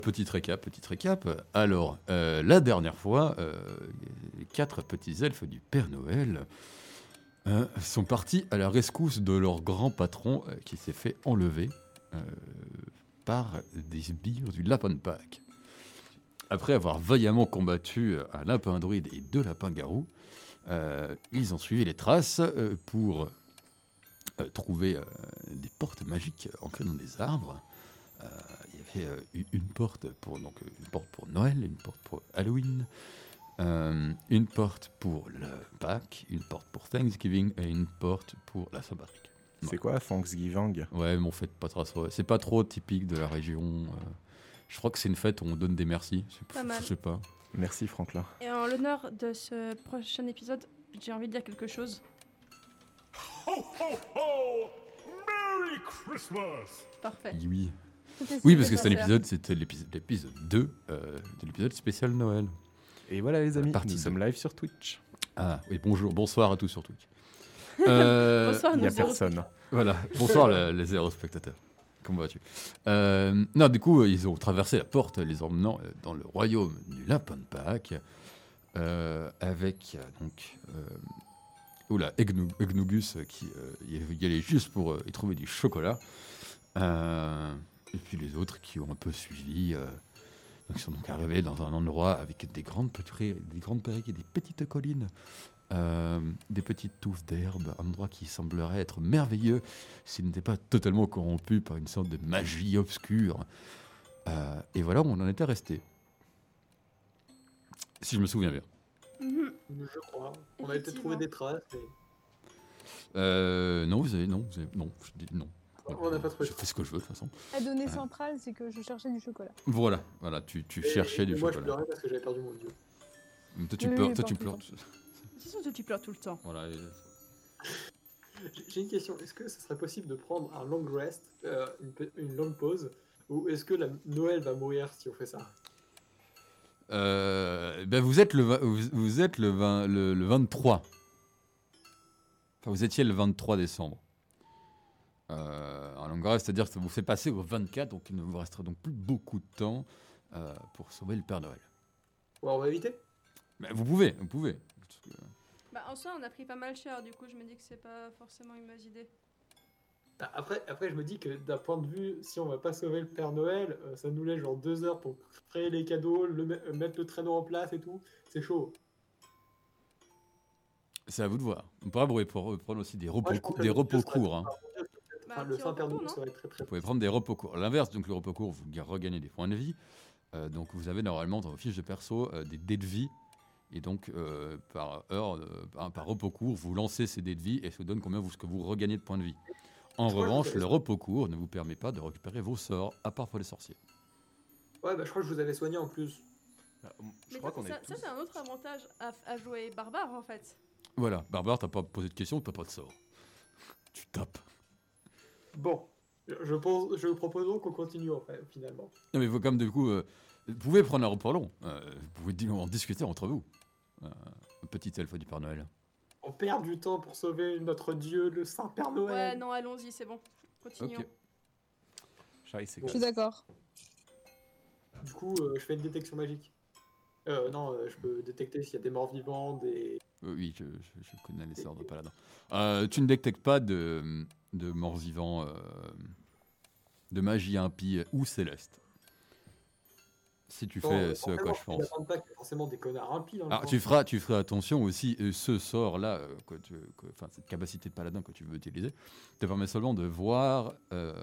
Petit récap. Alors, la dernière fois, les 4 petits elfes du Père Noël sont partis à la rescousse de leur grand patron qui s'est fait enlever par des sbires du Lapin de Pâques. Après avoir vaillamment combattu un lapin druide et 2 lapins garous, ils ont suivi les traces pour trouver des portes magiques ancrées dans des arbres. Il y avait une porte pour Noël, une porte pour Halloween, une porte pour le Pâques, une porte pour Thanksgiving et une porte pour la Saint-Patrick. C'est quoi Thanksgiving? Ouais, mais en fait, c'est pas trop typique de la région. Je crois que c'est une fête où on donne des merci. Pas mal. Je sais pas. Merci Franklin. Et en l'honneur de ce prochain épisode, j'ai envie de dire quelque chose. Ho, ho, ho! Merry Christmas! Parfait. Oui. Tout est Oui, parce que super. c'était l'épisode 2 de l'épisode spécial Noël. Et voilà les amis, Partie nous sommes live sur Twitch. Ah, oui, bonsoir à tous sur Twitch. Bonsoir, Il n'y a nos zéros. personne. Voilà, bonsoir les 0 spectateurs. Comment vas-tu? Non, du coup, ils ont traversé la porte, les emmenant dans le royaume du Lapin de Pâques, avec Egnugus qui y allait juste pour y trouver du chocolat. Et puis les autres qui ont un peu suivi. Donc ils sont donc arrivés dans un endroit avec des grandes prairies et des petites collines. Des petites touffes d'herbe, un endroit qui semblerait être merveilleux s'il n'était pas totalement corrompu par une sorte de magie obscure. Et voilà où on en était resté. Si je me souviens bien. Je crois. On a été trouver des traces. Non, je dis non. On n'a pas trouvé. Je fais ce que je veux de toute façon. La donnée centrale, c'est que je cherchais du chocolat. Voilà, tu cherchais du moi, chocolat. je pleurais parce que j'avais perdu mon dieu. Toi tu Oui, pleures, oui, toi tu partout, pleures. C'est sûr que tu pleures tout le temps. Voilà. J'ai une question. Est-ce que ce serait possible de prendre un long rest, une longue pause, ou est-ce que Noël va mourir si on fait ça? Vous êtes le 23. Enfin, vous étiez le 23 décembre. En longue reste, c'est-à-dire que ça vous fait passer au 24, donc il ne vous restera donc plus beaucoup de temps pour sauver le Père Noël. Ouais, on va éviter. Mais vous pouvez. Bah, en soi, on a pris pas mal cher, du coup, je me dis que c'est pas forcément une mauvaise idée. Après, je me dis que d'un point de vue, si on va pas sauver le Père Noël, ça nous laisse genre 2 heures pour créer les cadeaux, mettre le traîneau en place et tout. C'est chaud. C'est à vous de voir. On pourra prendre aussi des repos, Moi, je pense que des le repos Dieu serait courts. Hein. Bah, le petit Saint-Père repos, Noël non serait très très Vous pouvez prendre des repos courts. À l'inverse, donc le repos court, vous regagnez des points de vie. Donc vous avez normalement dans vos fiches de perso des dés de vie. Et donc par repos court, vous lancez ces dés de vie et ça vous donne ce que vous regagnez de points de vie. En revanche, le repos court ne vous permet pas de récupérer vos sorts, à part pour les sorciers. Ouais, bah je crois que je vous avais soigné en plus. Je crois qu'on est ça, tous... c'est un autre avantage à jouer barbare, en fait. Voilà, Barbare, t'as pas posé de questions, t'as pas de sort. Tu tapes. Bon, je propose donc qu'on continue après, finalement. Non mais il faut quand même du coup, vous pouvez prendre un repos long. Vous pouvez en discuter entre vous. Un petit elfe du Père Noël. On perd du temps pour sauver notre dieu, le Saint-Père Ouais, Noël. non, allons-y, c'est bon. Continuons. Ok. Charlie, c'est Je suis d'accord. Du coup, je fais une détection magique. Non, je peux détecter s'il y a des morts vivants, des... Oui, je connais les sorts de paladin. Tu ne détectes pas de morts vivants, de magie impie ou céleste. Si tu fais ce à quoi je pense. Il n'y a pas forcément des connards impies dans le Alors, monde. tu feras attention aussi, ce sort-là, cette capacité de paladin que tu veux utiliser, te permet seulement de voir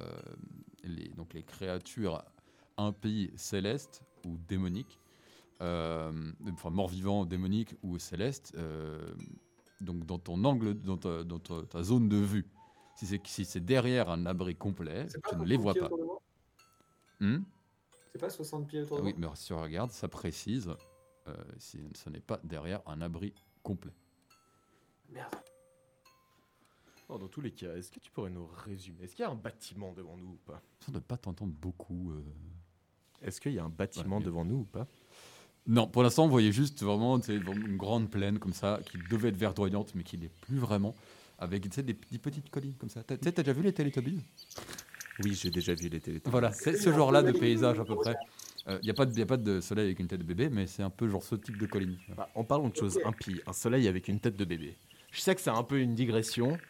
les créatures impies célestes ou démoniques, enfin morts-vivants, démoniques ou célestes, donc dans ton angle, dans ta zone de vue. Si c'est derrière un abri complet, tu ne les vois pas. C'est pas 60 pieds autour de Oui, moi. mais si tu regardes, ça précise, ce n'est pas derrière un abri complet. Merde. Oh, dans tous les cas, est-ce que tu pourrais nous résumer? Est-ce qu'il y a un bâtiment devant nous ou pas? Ça ne doit pas t'entendre beaucoup. Est-ce qu'il y a un bâtiment Ouais, devant nous ou pas? Non, pour l'instant, vous voyez juste vraiment une grande plaine comme ça, qui devait être verdoyante, mais qui n'est plus vraiment, avec des petites collines comme ça. T'as déjà vu les Teletubbies? Oui, j'ai déjà vu les télé. Voilà, c'est ce genre-là de paysage à peu près. Il n'y a pas de soleil avec une tête de bébé, mais c'est un peu genre ce type de colline. Bah, en parlant de choses impies, un soleil avec une tête de bébé. Je sais que c'est un peu une digression.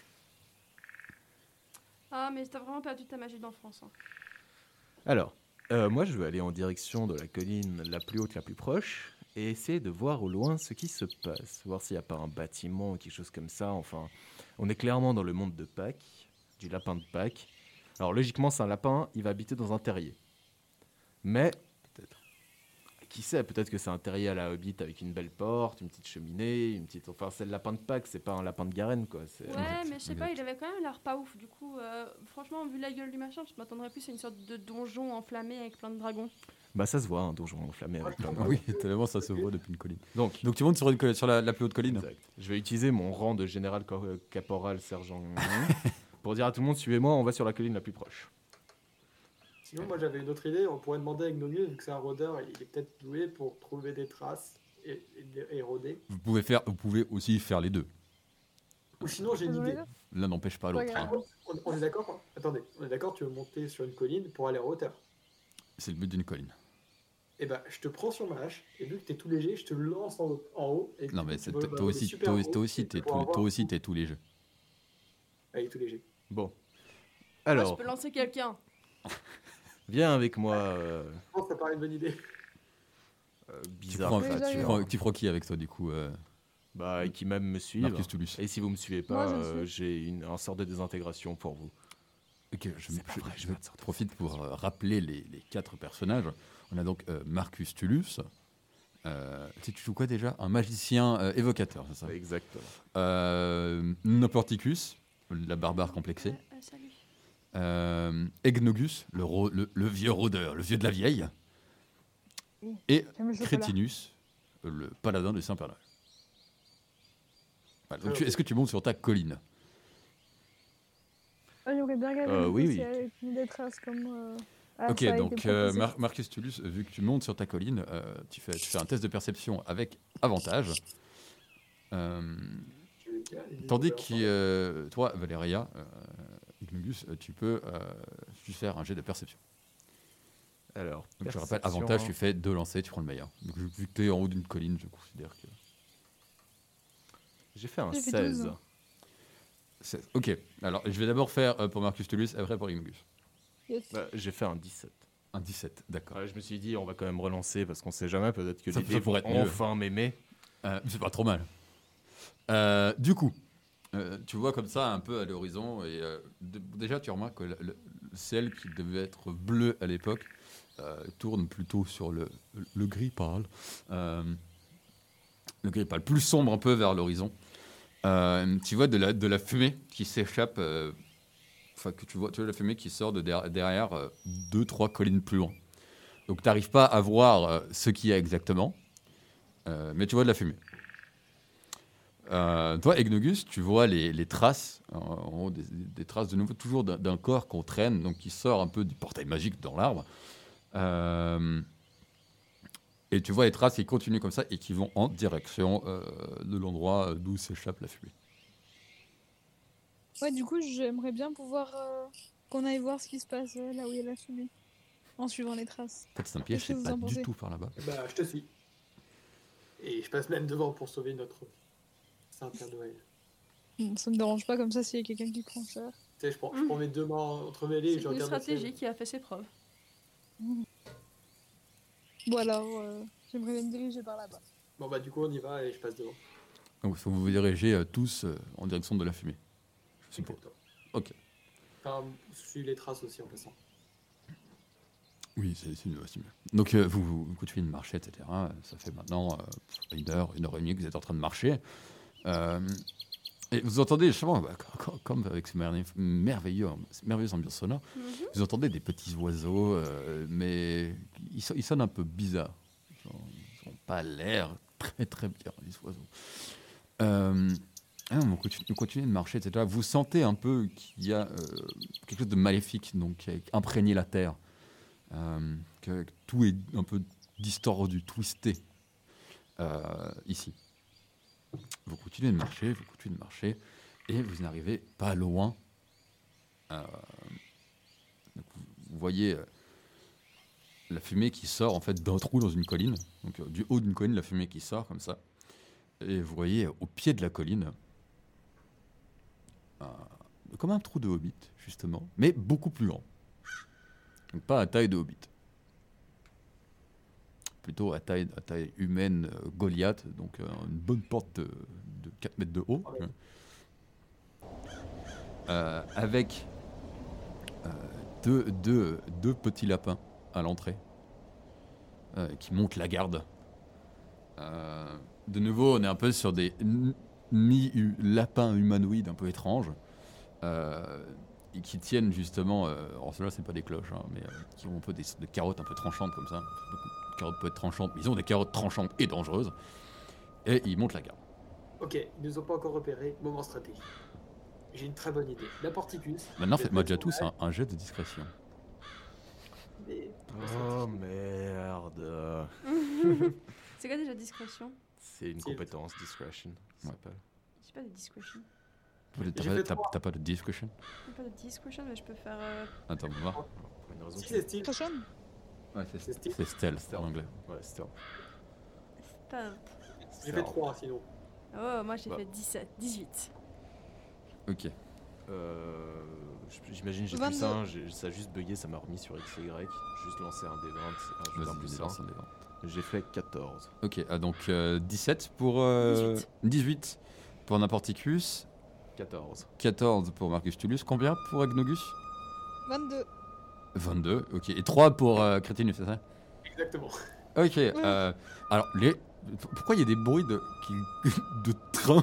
Ah, mais t'as vraiment perdu ta magie d'enfance. Hein. Alors, moi je veux aller en direction de la colline la plus haute, la plus proche, et essayer de voir au loin ce qui se passe. Voir s'il n'y a pas un bâtiment ou quelque chose comme ça. Enfin, on est clairement dans le monde de Pâques, du lapin de Pâques. Alors logiquement, c'est un lapin, il va habiter dans un terrier. Mais, peut-être. Qui sait, peut-être que c'est un terrier à la Hobbit avec une belle porte, une petite cheminée, une petite... Enfin, c'est le lapin de Pâques, c'est pas un lapin de Garenne, quoi. Ouais, mais je sais pas, il avait quand même l'air pas ouf. Du coup, franchement, vu la gueule du machin, je m'attendrais plus à une sorte de donjon enflammé avec plein de dragons. Bah ça se voit, un donjon enflammé avec plein de... Oui, tellement ça se voit depuis une colline. Donc tu montes sur la plus haute colline. exact. Je vais utiliser mon rang de général caporal sergent pour dire à tout le monde, suivez-moi, on va sur la colline la plus proche. Sinon, moi j'avais une autre idée. On pourrait demander à Gnomius, vu que c'est un rôdeur, il est peut-être doué pour trouver des traces et rôder. Vous pouvez aussi faire les deux. Ou sinon, j'ai une Faisons les idée. deux. L'un n'empêche pas l'autre. Regarde. Hein. On est d'accord, hein. Attendez, on est d'accord, tu veux monter sur une colline pour aller en hauteur. C'est le but d'une colline. Eh ben, je te prends sur ma hache, et vu que t'es tout léger, je te lance en haut. Et Non, du mais coup, c'est- tu vas toi voler aussi, super haut, et tu vas pouvoir toi voir- aussi, t'es tous les jeux. Ah, il est tout léger. Bon. Moi, Alors, je peux lancer quelqu'un. viens avec moi, Je pense que ça paraît une bonne idée. bizarre prends- créature. Tu prends qui avec toi, du coup Bah, qui même me suivent. Marcus Tullius. Et si vous me suivez Moi, pas, je le suis. j'ai un sort de désintégration pour vous. Ok, C'est pas vrai, je j'ai pas de sorte de profite pour rappeler les 4 personnages. On a donc Marcus Tullius. Tu joues quoi déjà? Un magicien évocateur, c'est ça? Exactement. Noporticus, la barbare complexée. Salut. Egnogus, le vieux rôdeur, le vieux de la vieille. Et J'aime le chocolat. Crétinus, le paladin du Saint-Père Noël. Voilà, donc Ok. est-ce que tu montes sur ta colline? Ah, j'aimerais bien regarder Oui, oui. si avec des traces comme. Ok, ça a été donc proposé. Marcus Tullius, vu que tu montes sur ta colline, tu fais un test de perception avec avantage. Tandis que toi, Valéria, Ignogus, tu peux juste faire un jet de perception. Alors, Donc, je rappelle, perception, avantage, tu fais 2 lancers, tu prends le meilleur. Donc, vu que tu es en haut d'une colline, je considère que. J'ai fait un J'ai fait 16. 12. Ok, alors je vais d'abord faire pour Marcus Tullius, après pour Ignogus. Yes. Bah, j'ai fait un 17. Un 17, d'accord. Ouais, je me suis dit, on va quand même relancer parce qu'on sait jamais, peut-être que Ça les peut- dés pourrait vont être mieux. enfin m'aimer. C'est pas trop mal. Du coup, tu vois comme ça un peu à l'horizon, et déjà tu remarques que le ciel qui devait être bleu à l'époque tourne plutôt sur le gris pâle. Le gris pâle, plus sombre un peu vers l'horizon. Tu vois de la fumée qui s'échappe, enfin que tu vois la fumée qui sort de derrière 2-3 collines plus loin. Donc tu n'arrives pas à voir ce qu'il y a exactement, mais tu vois de la fumée. Toi, Egnogus, tu vois les traces, en haut, des traces de nouveau, toujours d'un corps qu'on traîne, donc qui sort un peu du portail magique dans l'arbre. Et tu vois les traces qui continuent comme ça et qui vont en direction de l'endroit d'où s'échappe la fumée. Ouais, du coup, j'aimerais bien pouvoir qu'on aille voir ce qui se passe là où il y a la fumée, en suivant les traces. En fait, c'est un piège, Qu'est-ce que c'est vous pas en du pensez tout par là-bas. Bah, je te suis. Et je passe même devant pour sauver notre Saint-Père Noël. Ça me dérange pas comme ça s'il y a quelqu'un qui prend cher. Tu sais, je prends mes deux mains entremêlées et C'est je une regarde. le ciel. stratégie qui a fait ses preuves. Bon alors, j'aimerais bien me diriger par là-bas. Bon, bah, du coup, on y va et je passe devant. Donc il faut que vous vous dirigez tous en direction de la fumée. Je suppose. Exactement. Ok. Enfin, je suis les traces aussi en passant. Oui, c'est mieux. Donc vous continuez de marcher, etc. Ça fait maintenant 1 heure, 1h30 que vous êtes en train de marcher. Et vous entendez justement, comme avec ces merveilleuse ambiance sonore, vous entendez des petits oiseaux, mais ils sonnent un peu bizarres. Ils n'ont pas l'air très très bien, les oiseaux. Vous continuez de marcher, etc. Vous sentez un peu qu'il y a quelque chose de maléfique donc, qui a imprégné la terre. Que tout est un peu distordu, twisté ici. Vous continuez de marcher, et vous n'arrivez pas loin. Donc vous voyez la fumée qui sort en fait d'un trou dans une colline. Donc du haut d'une colline, la fumée qui sort comme ça. Et vous voyez au pied de la colline, comme un trou de hobbit justement, mais beaucoup plus grand. Donc pas à taille de hobbit. Plutôt à taille humaine Goliath, donc une bonne porte de 4 mètres de haut. Avec deux petits lapins à l'entrée qui montent la garde. De nouveau, on est un peu sur des mi-lapins humanoïdes un peu étranges et qui tiennent justement, alors ceux-là c'est pas des cloches, hein, mais qui ont un peu des carottes un peu tranchantes comme ça. Les carottes peuvent être tranchantes, mais ils ont des carottes tranchantes et dangereuses. Et ils montent la garde. Ok, ils nous ont pas encore repéré. Moment stratégie. J'ai une très bonne idée. La Porticus. Maintenant, faites-moi déjà tous un jet de discrétion. Mais... Oh merde. C'est quoi déjà discrétion? C'est une compétence, discretion. Ça s'appelle. J'ai pas de discretion. T'as pas de discretion? J'ai pas de discretion, mais je peux faire. Attends, on va voir. Pour une raison Si qui- c'est style. Prochaine. Ouais, C'est style. c'est stealth en anglais. Ouais, stealth. Stealth. J'ai fait 3 sinon. Oh, moi j'ai Bah. fait 18. Ok. J'imagine j'ai plus 22. 1, ça a juste bugué, ça m'a remis sur X et Y. Juste lancé un D20, rajouter un Vas-y, plus lance 1. un des vingt. J'ai fait 14. Ok, donc 17 pour 18 pour Naporticus, 14. 14 pour Marcus Tullius, combien pour Agnogus? 22. 22, ok, et 3 pour Crétinus, c'est ça? Exactement. Ok, alors pourquoi il y a des bruits de train?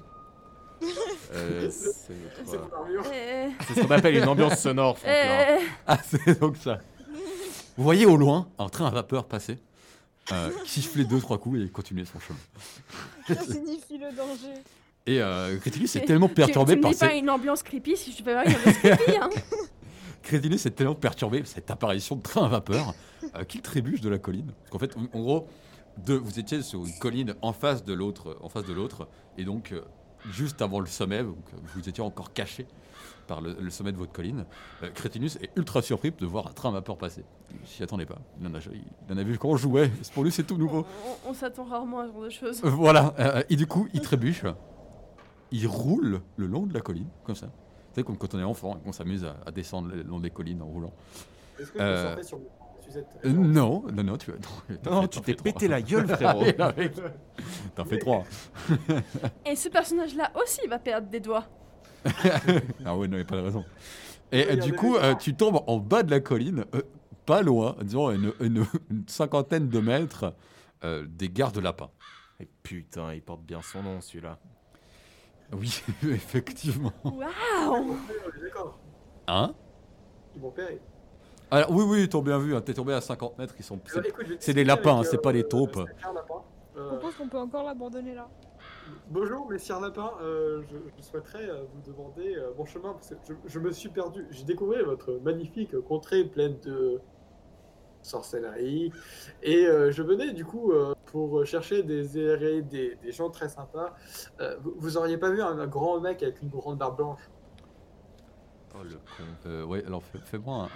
C'est C'est notre... mon armure. C'est ce qu'on appelle une ambiance sonore, Franklin. Ah, c'est donc ça. Vous voyez au loin un train à vapeur passer, siffler 2-3 coups et continuer son chemin. Ça signifie le danger. Et Crétinus est tellement perturbé tu me par dis pas cette... une ambiance creepy si je peux pas une ambiance creepy, hein. Crétinus est tellement perturbé par cette apparition de train à vapeur qu'il trébuche de la colline. Parce qu'en fait, en gros, vous étiez sur une colline en face de l'autre, et donc juste avant le sommet, donc, vous étiez encore caché par le sommet de votre colline. Crétinus est ultra surpris de voir un train à vapeur passer. Il s'y attendait pas. Il en a vu quand on jouait. Pour lui, c'est tout nouveau. On s'attend rarement à ce genre de choses. Voilà. Et du coup, il trébuche. Il roule le long de la colline, comme ça. C'est comme quand on est enfant et qu'on s'amuse à descendre le long des collines en roulant. Est-ce que je peux sortir sur mon Suzette Non, tu Non, tu t'es pété la gueule, frérot. T'en fais 3. Et ce personnage-là aussi va perdre des doigts. Ah ouais, non, il n'y a pas de raison. Et Oui, du on coup, avait ça. tu tombes en bas de la colline, pas loin, disons une cinquantaine de mètres des gardes lapins. Et putain, il porte bien son nom, celui-là. Oui, effectivement. Waouh. On est d'accord. Hein? Ils m'ont repéré. Alors oui, ils t'ont bien vu, hein, t'es tombé à 50 mètres, ils sont... Écoute, je vais c'est des discuter lapins, avec, hein, c'est pas des taupes. Sir Lapin. Je propose qu'on peut encore l'abandonner là. Bonjour, messieurs Lapin. Je souhaiterais vous demander mon chemin parce que je me suis perdu. J'ai découvert votre magnifique contrée pleine de sorcellerie et je venais du coup pour chercher des gens très sympas. Vous auriez pas vu un grand mec avec une grande barbe blanche? Oh le con. Ouais, alors fais-moi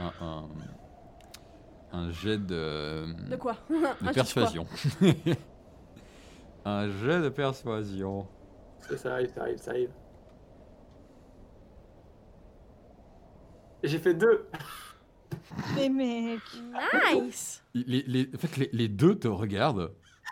un jet De quoi? de persuasion. Un jet de persuasion. Ça arrive. Et j'ai fait 2. Mais mec. Nice. En fait, les deux te regardent.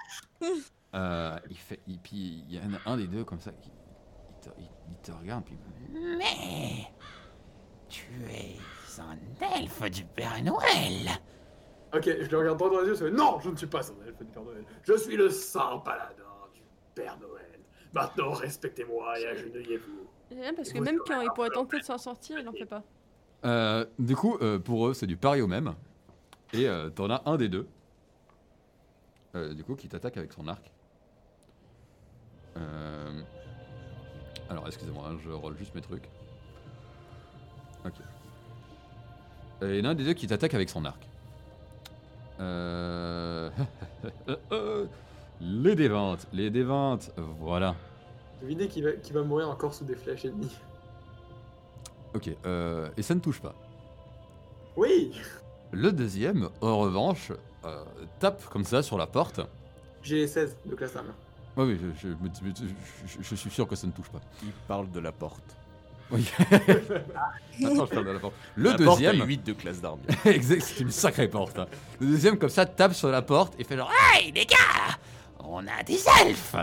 Puis il y en a un des deux comme ça qui il te regarde puis Mais tu es un elfe du Père Noël. Ok, je le regarde droit dans les yeux, je fais non, je ne suis pas un elfe du Père Noël. Je suis le saint paladin du Père Noël. Maintenant, respectez-moi et agenouillez-vous. J'aime bien parce que même quand il pourrait tenter de s'en sortir, il en fait pas. du coup, pour eux, c'est du pari au même. Et t'en as un des deux, du coup, qui t'attaque avec son arc. Alors, excusez-moi, hein, je roule juste mes trucs. Ok. Et il y en a un des deux qui t'attaque avec son arc. Les D20, voilà. Devinez qui va mourir encore sous des flèches ennemies. Ok, et ça ne touche pas. Oui. Le deuxième, en revanche, tape comme ça sur la porte. J'ai 16 de classe d'armes. Oui, oui, je suis sûr que ça ne touche pas. Il parle de la porte. Oui. Attends, je parle de la porte. Le La porte a deuxième, 8 de classe d'armes. exact, c'est une sacrée porte. Hein. Le deuxième, comme ça, tape sur la porte et fait genre Hey les gars, on a des elfes.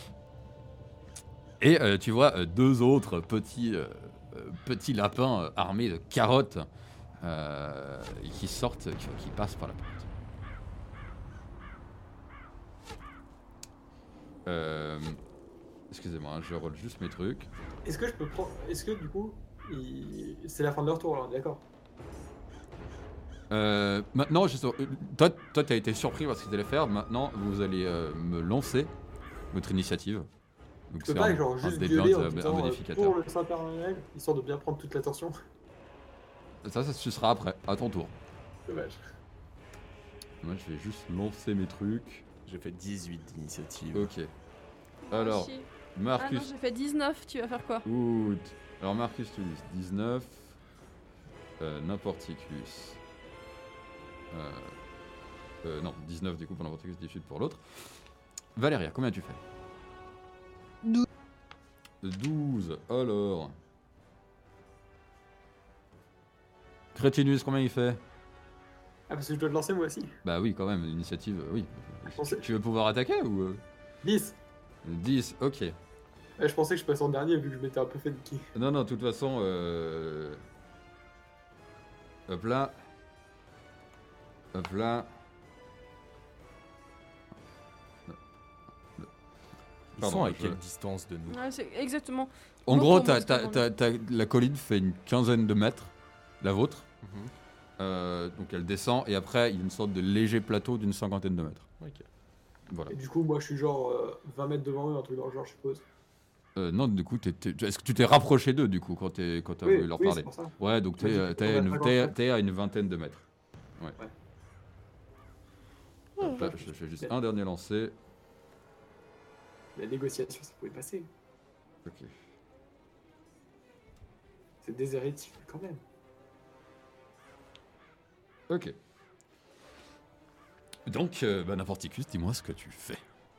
Et tu vois deux autres petits lapins armés de carottes qui sortent, qui passent par la porte. Excusez-moi, hein, je roule juste mes trucs. Est-ce que je peux prendre. Est-ce que du coup, c'est la fin de leur tour là, on est d'accord? Maintenant, toi, t'as été surpris par ce qu'ils allaient faire. Maintenant, vous allez me lancer votre initiative. Donc Je peux pas genre juste gueuler en disant modificateur. pour le Saint-Père Noël, histoire de bien prendre toute l'attention. Ça ce sera après, à ton tour. Dommage. Moi, je vais juste lancer mes trucs. J'ai fait 18 d'initiative. Ok. Alors, Ah non, Marcus. j'ai fait 19, tu vas faire quoi? Good. Alors, Marcus Tullis, 19. Naporticus. Non, 19 du coup pour Naporticus, 18 pour l'autre. Valéria, combien tu fais? 12. 12. Alors. Crétinus, combien il fait? Ah, parce que je dois le lancer moi aussi. Bah oui, quand même, l'initiative, oui. pensais- Tu veux pouvoir attaquer ou 10. 10, ok. Je pensais que je passais en dernier vu que je m'étais un peu fait niquer. Non, non, de toute façon, hop là. Hop là. Ils Pardon, sont à je- quelle distance de nous? Ouais, c'est exactement. En Moi, gros, pour moi, c'est pas la colline fait une quinzaine de mètres, la vôtre. Mhm. Donc elle descend et après il y a une sorte de léger plateau d'une cinquantaine de mètres. Ok. Voilà. Et du coup, moi je suis genre 20 mètres devant eux, un truc dans le genre, je suppose. Non, du coup, est-ce que tu t'es rapproché d'eux du coup quand t'as voulu leur oui, parler? c'est pour ça. Ouais, donc Ouais, t'es à une vingtaine de mètres. Ouais. Oh, Hop là, je fais juste un dernier lancer. La négociation, ça pouvait passer. Ok. C'est déshéritif quand même. Ok. Donc, Naporticus, dis-moi ce que tu fais.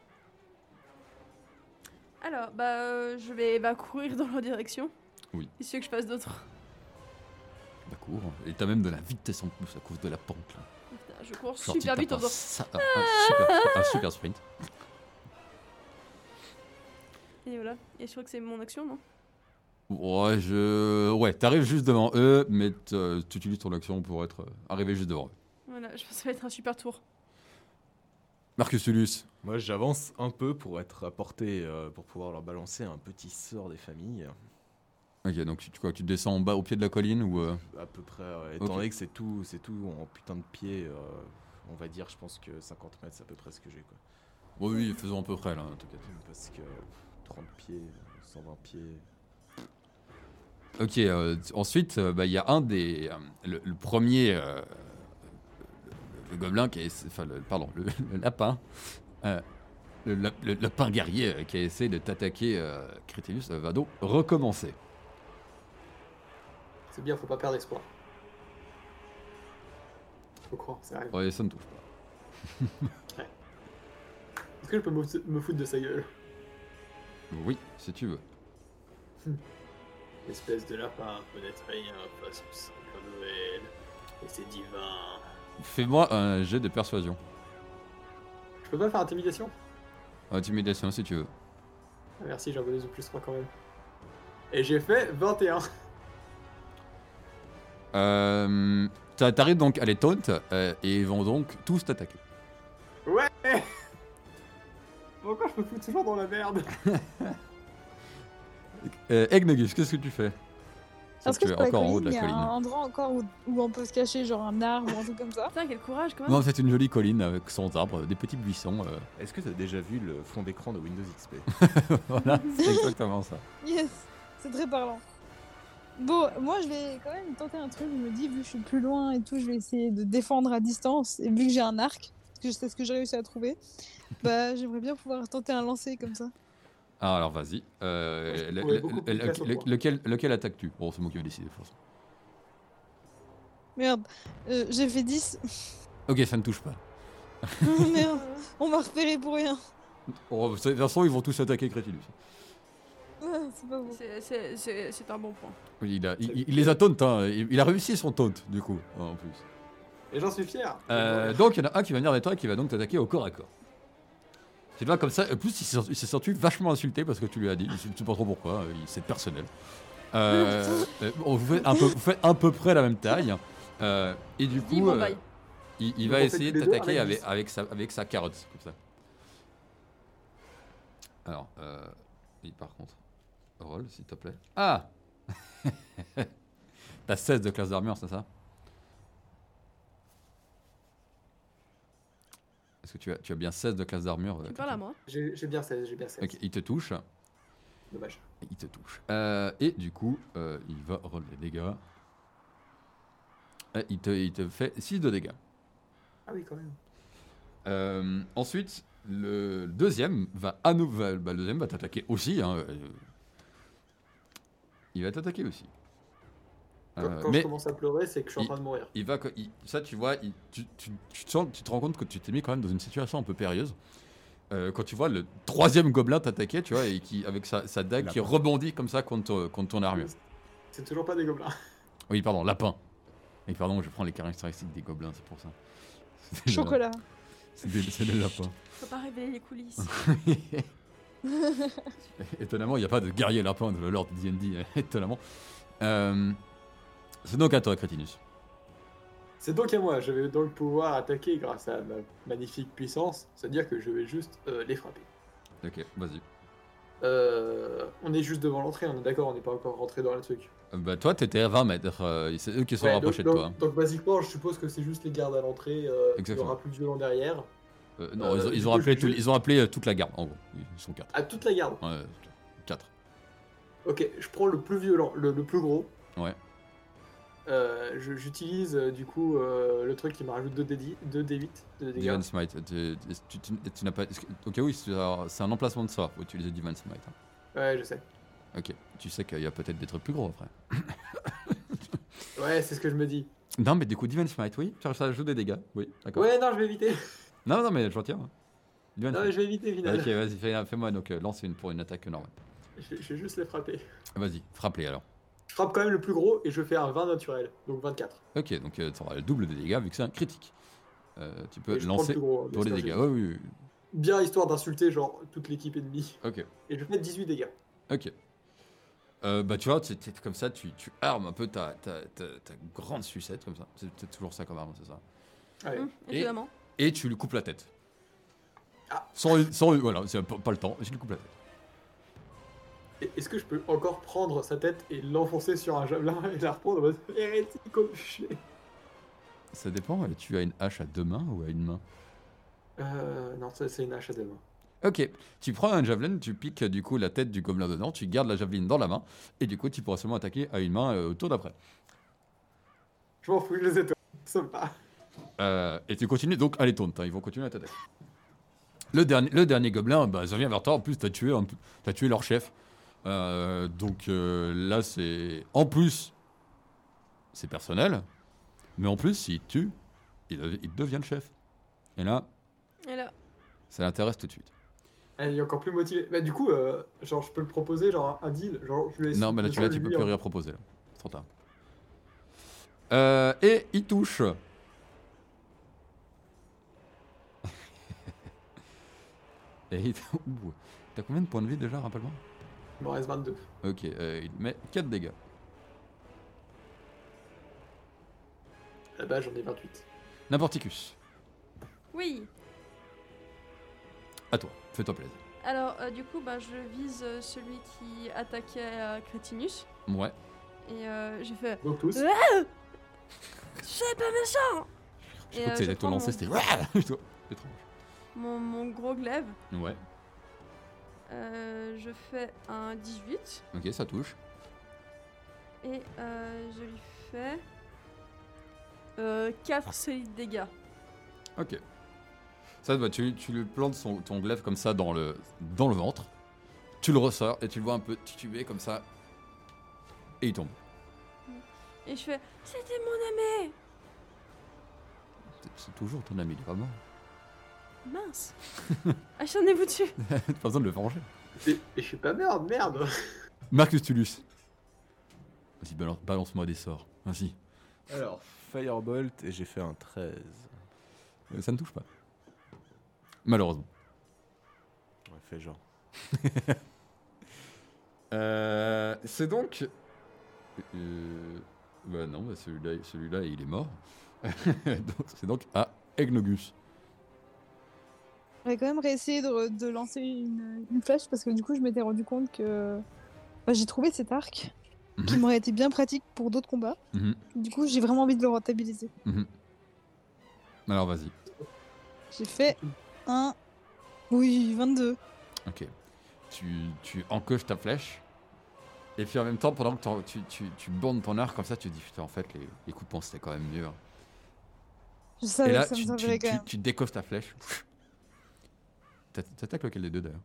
Alors, je vais courir dans leur direction. Oui. Qu'est-ce que je fasse d'autre? D'accord. Et t'as même de la vitesse en plus à cause de la pente là. Putain, je cours Genre, tu super vite tapes en un super sprint. Et voilà. Et je crois que c'est mon action, non? Ouais, t'arrives juste devant eux, mais tu utilises ton action pour être arrivé juste devant eux. Voilà, je pense que ça va être un super tour. Marcus Tullius. Moi, j'avance un peu pour être à portée, pour pouvoir leur balancer un petit sort des familles. Ok, donc tu descends en bas au pied de la colline ou À peu près, étant Ok. donné que c'est tout en putain de pied, on va dire, je pense que 50 mètres, c'est à peu près ce que j'ai, quoi. Oui, faisons à peu près là, t'inquiète. Parce que 30 pieds, 120 pieds... Ok, ensuite, il y a un des. Le premier. Le gobelin qui est. Enfin, le lapin. Le lapin guerrier qui a essayé de t'attaquer, Crétinus, va donc recommencer. C'est bien, faut pas perdre espoir. Faut croire, c'est vrai. Ouais, ça ne touche pas. Est-ce que je peux me foutre de sa gueule? Oui, si tu veux. Espèce de lapin, peut-être rien face au Saint-Père Noël. Et c'est divin. Fais-moi un jet de persuasion. Je peux pas faire intimidation? Intimidation si tu veux. Ah, merci, j'ai un bonus de plus 3 quand même. Et j'ai fait 21. T'arrives donc à les taunt et ils vont donc tous t'attaquer. Ouais. Pourquoi je me fous toujours dans la merde? Egnegus, qu'est-ce que tu fais? Est-ce Tu que es sur la encore en haut de colline, la il y a un colline. endroit encore où on peut se cacher, genre un arbre ou un truc comme ça? Putain, quel courage quand même. Non, c'est une jolie colline avec sans arbres, des petits buissons. Est-ce que tu as déjà vu le fond d'écran de Windows XP? Voilà, c'est exactement ça. Yes, c'est très parlant. Bon, moi je vais quand même tenter un truc, je me dis, vu que je suis plus loin et tout, je vais essayer de défendre à distance, et vu que j'ai un arc, parce que c'est ce que j'ai réussi à trouver, bah j'aimerais bien pouvoir tenter un lancer comme ça. Ah, alors vas-y. je pourrais beaucoup plus faire sur toi. Lequel attaques-tu? Bon, c'est moi qui vais décider de toute façon. Merde, j'ai fait 10. Ok, ça ne touche pas. Merde, on m'a repéré pour rien. Oh, de toute façon, ils vont tous attaquer Crétinus. C'est pas beau. C'est un bon point. Oui, il les a taunt, hein. Il a réussi son taunt, du coup, en plus. Et j'en suis fier. Donc, il y en a un qui va venir vers toi et qui va donc t'attaquer au corps à corps. Tu vois, comme ça, en plus, il s'est senti vachement insulté parce que tu lui as dit, je ne sais pas trop pourquoi, c'est personnel. Vous faites à peu près la même taille. Et du Dis coup, bon bye. il Donc, va on fait essayer tous de les deux t'attaquer avec avec sa carotte, comme ça. Alors, oui, par contre, roll, s'il te plaît. Ah T'as 16 de classe d'armure, c'est ça? Est-ce que tu as bien 16 de classe d'armure? Tu parles à moi. J'ai bien 16, j'ai bien 16. Ok, il te touche. Dommage. Il te touche. Et du coup, il va relever les dégâts. Il te fait 6 de dégâts. Ah oui, quand même. Ensuite, le deuxième va à nouveau. Le deuxième va t'attaquer aussi. Hein. Il va t'attaquer aussi. Quand je commence à pleurer, c'est que je suis en train de mourir. Ça, tu vois, tu te rends compte que tu t'es mis quand même dans une situation un peu périlleuse. Quand tu vois le troisième gobelin t'attaquer, tu vois, et qui avec sa dague qui rebondit comme ça contre ton armure. C'est toujours pas des gobelins. Oui, pardon, lapin. Et pardon, je prends les caractéristiques des gobelins, c'est pour ça. Chocolat. C'est des lapins. Faut pas révéler les coulisses. Étonnamment, il n'y a pas de guerrier lapin de le Lord D&D, étonnamment. C'est donc à toi, Crétinus. C'est donc à moi, je vais donc pouvoir attaquer grâce à ma magnifique puissance, c'est-à-dire que je vais juste les frapper. Ok, vas-y. On est juste devant l'entrée, on est d'accord, on n'est pas encore rentré dans le truc. Bah toi, t'étais à 20 mètres, c'est eux qui sont Ouais, rapprochés donc, de toi. Donc basiquement, je suppose que c'est juste les gardes à l'entrée, il y Exactement. aura plus de violents derrière. Non, du ils coup, ont appelé je- ils ont appelé toute la garde, en gros. Ils sont 4. À toute la garde. Ouais, 4. Ok, je prends le plus violent, le plus gros. Ouais. J'utilise du coup le truc qui me rajoute 2d8 de dégâts. Divine Smite. Tu n'as pas. Ok, oui, c'est un emplacement de sort. Faut utiliser Divine Smite. Hein. Ouais, je sais. Ok, tu sais qu'il y a peut-être des trucs plus gros après. Ouais, c'est ce que je me dis. Non, mais du coup, Divine Smite, oui, ça ajoute des dégâts. Oui, d'accord. Ouais, non, je vais éviter. Non, mais je retiens. Hein. Divine Non, mais Smite. je vais éviter, finalement. Ok, vas-y, fais-moi donc lance pour une attaque normale. Je vais juste les frapper. Vas-y, frappe-les alors. Je frappe quand même le plus gros et je fais un 20 naturel, donc 24. Ok, donc tu auras le double de dégâts vu que c'est un critique. Tu peux Et je prends le lancer plus gros, hein, pour les bien dégâts. sûr, Ouais, oui, oui. Bien histoire d'insulter genre toute l'équipe ennemie. Ok, Et je fais 18 dégâts. ok. Bah tu vois, t'es comme ça, tu armes un peu ta grande sucette comme ça. C'est toujours ça comme arme, c'est ça. Allez. Évidemment. Et tu lui coupes la tête. Ah. Voilà, c'est pas le temps, je lui coupe la tête. Est-ce que je peux encore prendre sa tête et l'enfoncer sur un javelin et la reprendre en mode hérétique au bûcher? Ça dépend, tu as une hache à 2 mains ou à une main? Non, ça c'est une hache à deux mains. Ok, tu prends un javelin, tu piques du coup la tête du gobelin dedans, tu gardes la javeline dans la main, et du coup tu pourras seulement attaquer à une main au tour d'après. Je m'en fous, je les ai tous. Ça me va. Et tu continues donc à les taunt, hein, ils vont continuer à t'attaquer. Le dernier gobelin, bah, ça vient vers toi, en plus t'as tué leur chef. Donc là c'est... En plus, c'est personnel, mais en plus s'il te tue, il devient le chef. Et là, ça l'intéresse tout de suite. Elle est encore plus motivée. Bah du coup, genre je peux le proposer genre un deal, genre je lui laisse. Non, mais là, le tu choix de peux lui, plus hein. rien proposer. Là. C'est trop tard. Et il touche. Et ouh, t'as combien de points de vie déjà, rappelle-moi? Il m'en reste 22. Ok, il met 4 dégâts. Là-bas j'en ai 28. N'importicus, Oui. à toi, fais-toi plaisir. Alors, du coup, je vise celui qui attaquait Crétinus. Ouais. Et j'ai fait. Donc tous. C'est pas méchant! Je crois que c'est ton prends lancé, c'était. Étrange. mon gros glaive. Ouais, Je fais un 18. ok, ça touche. Et je lui fais 4 solides dégâts. Ok. Ça, bah, tu lui plantes ton glaive comme ça dans le ventre. Tu le ressors et tu le vois un peu tituber comme ça. Et il tombe. Et je fais c'était mon aimé! C'est toujours ton ami, il est pas mort. Mince. Acharnez-vous dessus. T'as pas besoin de le venger. Et je suis pas merde. Marcus Tullius. Vas-y, balance-moi des sorts. Vas-y. Alors, Firebolt, et j'ai fait un 13. Ça ne touche pas. Malheureusement. Ouais, fait genre. C'est donc... bah non, bah celui-là, il est mort. C'est donc à Egnogus. J'aurais quand même réessayé de lancer une flèche parce que du coup, je m'étais rendu compte que j'ai trouvé cet arc qui m'aurait été bien pratique pour d'autres combats. Mhm. Du coup, j'ai vraiment envie de le rentabiliser. Alors vas-y. J'ai fait un... Oui, 22. Ok. Tu encoches ta flèche. Et puis en même temps, pendant que tu bornes ton arc comme ça, tu te dis putain, en fait, les coups de poing c'était quand même mieux. Je Et savais là, que ça me servirait quand même. tu décoches ta flèche. T'attaques lequel des deux d'ailleurs?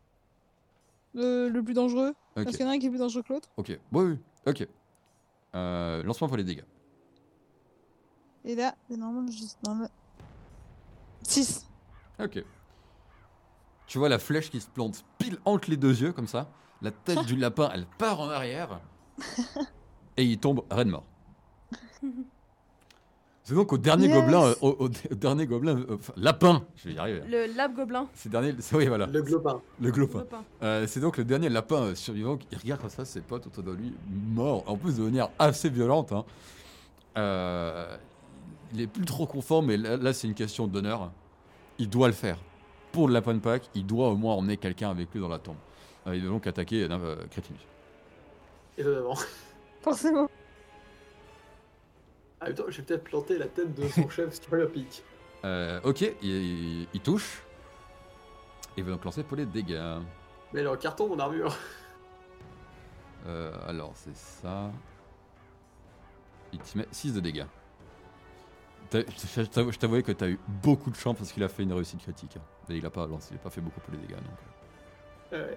Le plus dangereux. Ok. Parce qu'il y en a un qui est plus dangereux que l'autre. Ok. Oui. Ok. Lance-moi pour les dégâts. Et là, c'est normalement juste dans le... 6. Ok. Tu vois la flèche qui se plante pile entre les deux yeux comme ça. La tête du lapin, elle part en arrière. Et il tombe raide mort. C'est donc au dernier Yes. gobelin, au dernier gobelin, lapin, je vais y arriver. Le lab gobelin. Oui, voilà, Le globin. le glopin. Copain. C'est donc le dernier lapin survivant qui regarde comme ça ses potes autour de lui, morts, en plus de manière assez violente. Hein. Il est plus trop conforme, mais là c'est une question d'honneur. Il doit le faire. Pour le lapin de Pâques, il doit au moins emmener quelqu'un avec lui dans la tombe. Il doit donc attaquer Crétinus. Étonnamment. Forcément. En même temps, j'ai peut-être planté la tête de son chef Squalopic. Ok, il touche. Il va donc lancer pour les dégâts. Mais elle est en carton, mon armure. Alors, c'est ça. Il te met 6 de dégâts. Je t'avouais que t'as eu beaucoup de chance parce qu'il a fait une réussite critique. Et il a pas lancé, il a pas fait beaucoup pour les dégâts. Donc. Ouais.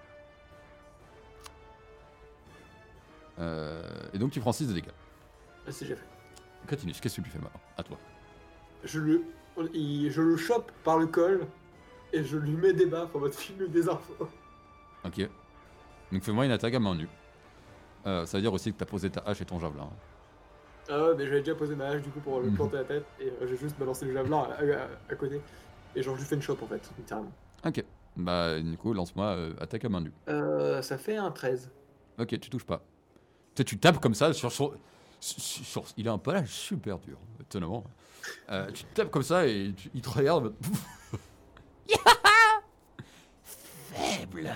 Et donc tu prends 6 de dégâts. C'est déjà fait. Crétinus, qu'est-ce que tu lui fais maintenant? À toi. Je le chope par le col et je lui mets des baffes en mode film des infos. Ok. Donc fais-moi une attaque à main nue. Ça veut dire aussi que t'as posé ta hache et ton javelin. Ah ouais, mais j'avais déjà posé ma hache du coup pour le planter la tête et j'ai juste balancé le javelin à côté. Et genre je lui fais une chope en fait, littéralement. Ok. Bah du coup, lance-moi attaque à main nue. Ça fait un 13. Ok, tu touches pas. Tu tapes comme ça sur son... il a un pelage super dur, étonnamment. Tu tapes comme ça et il te regarde. Faible.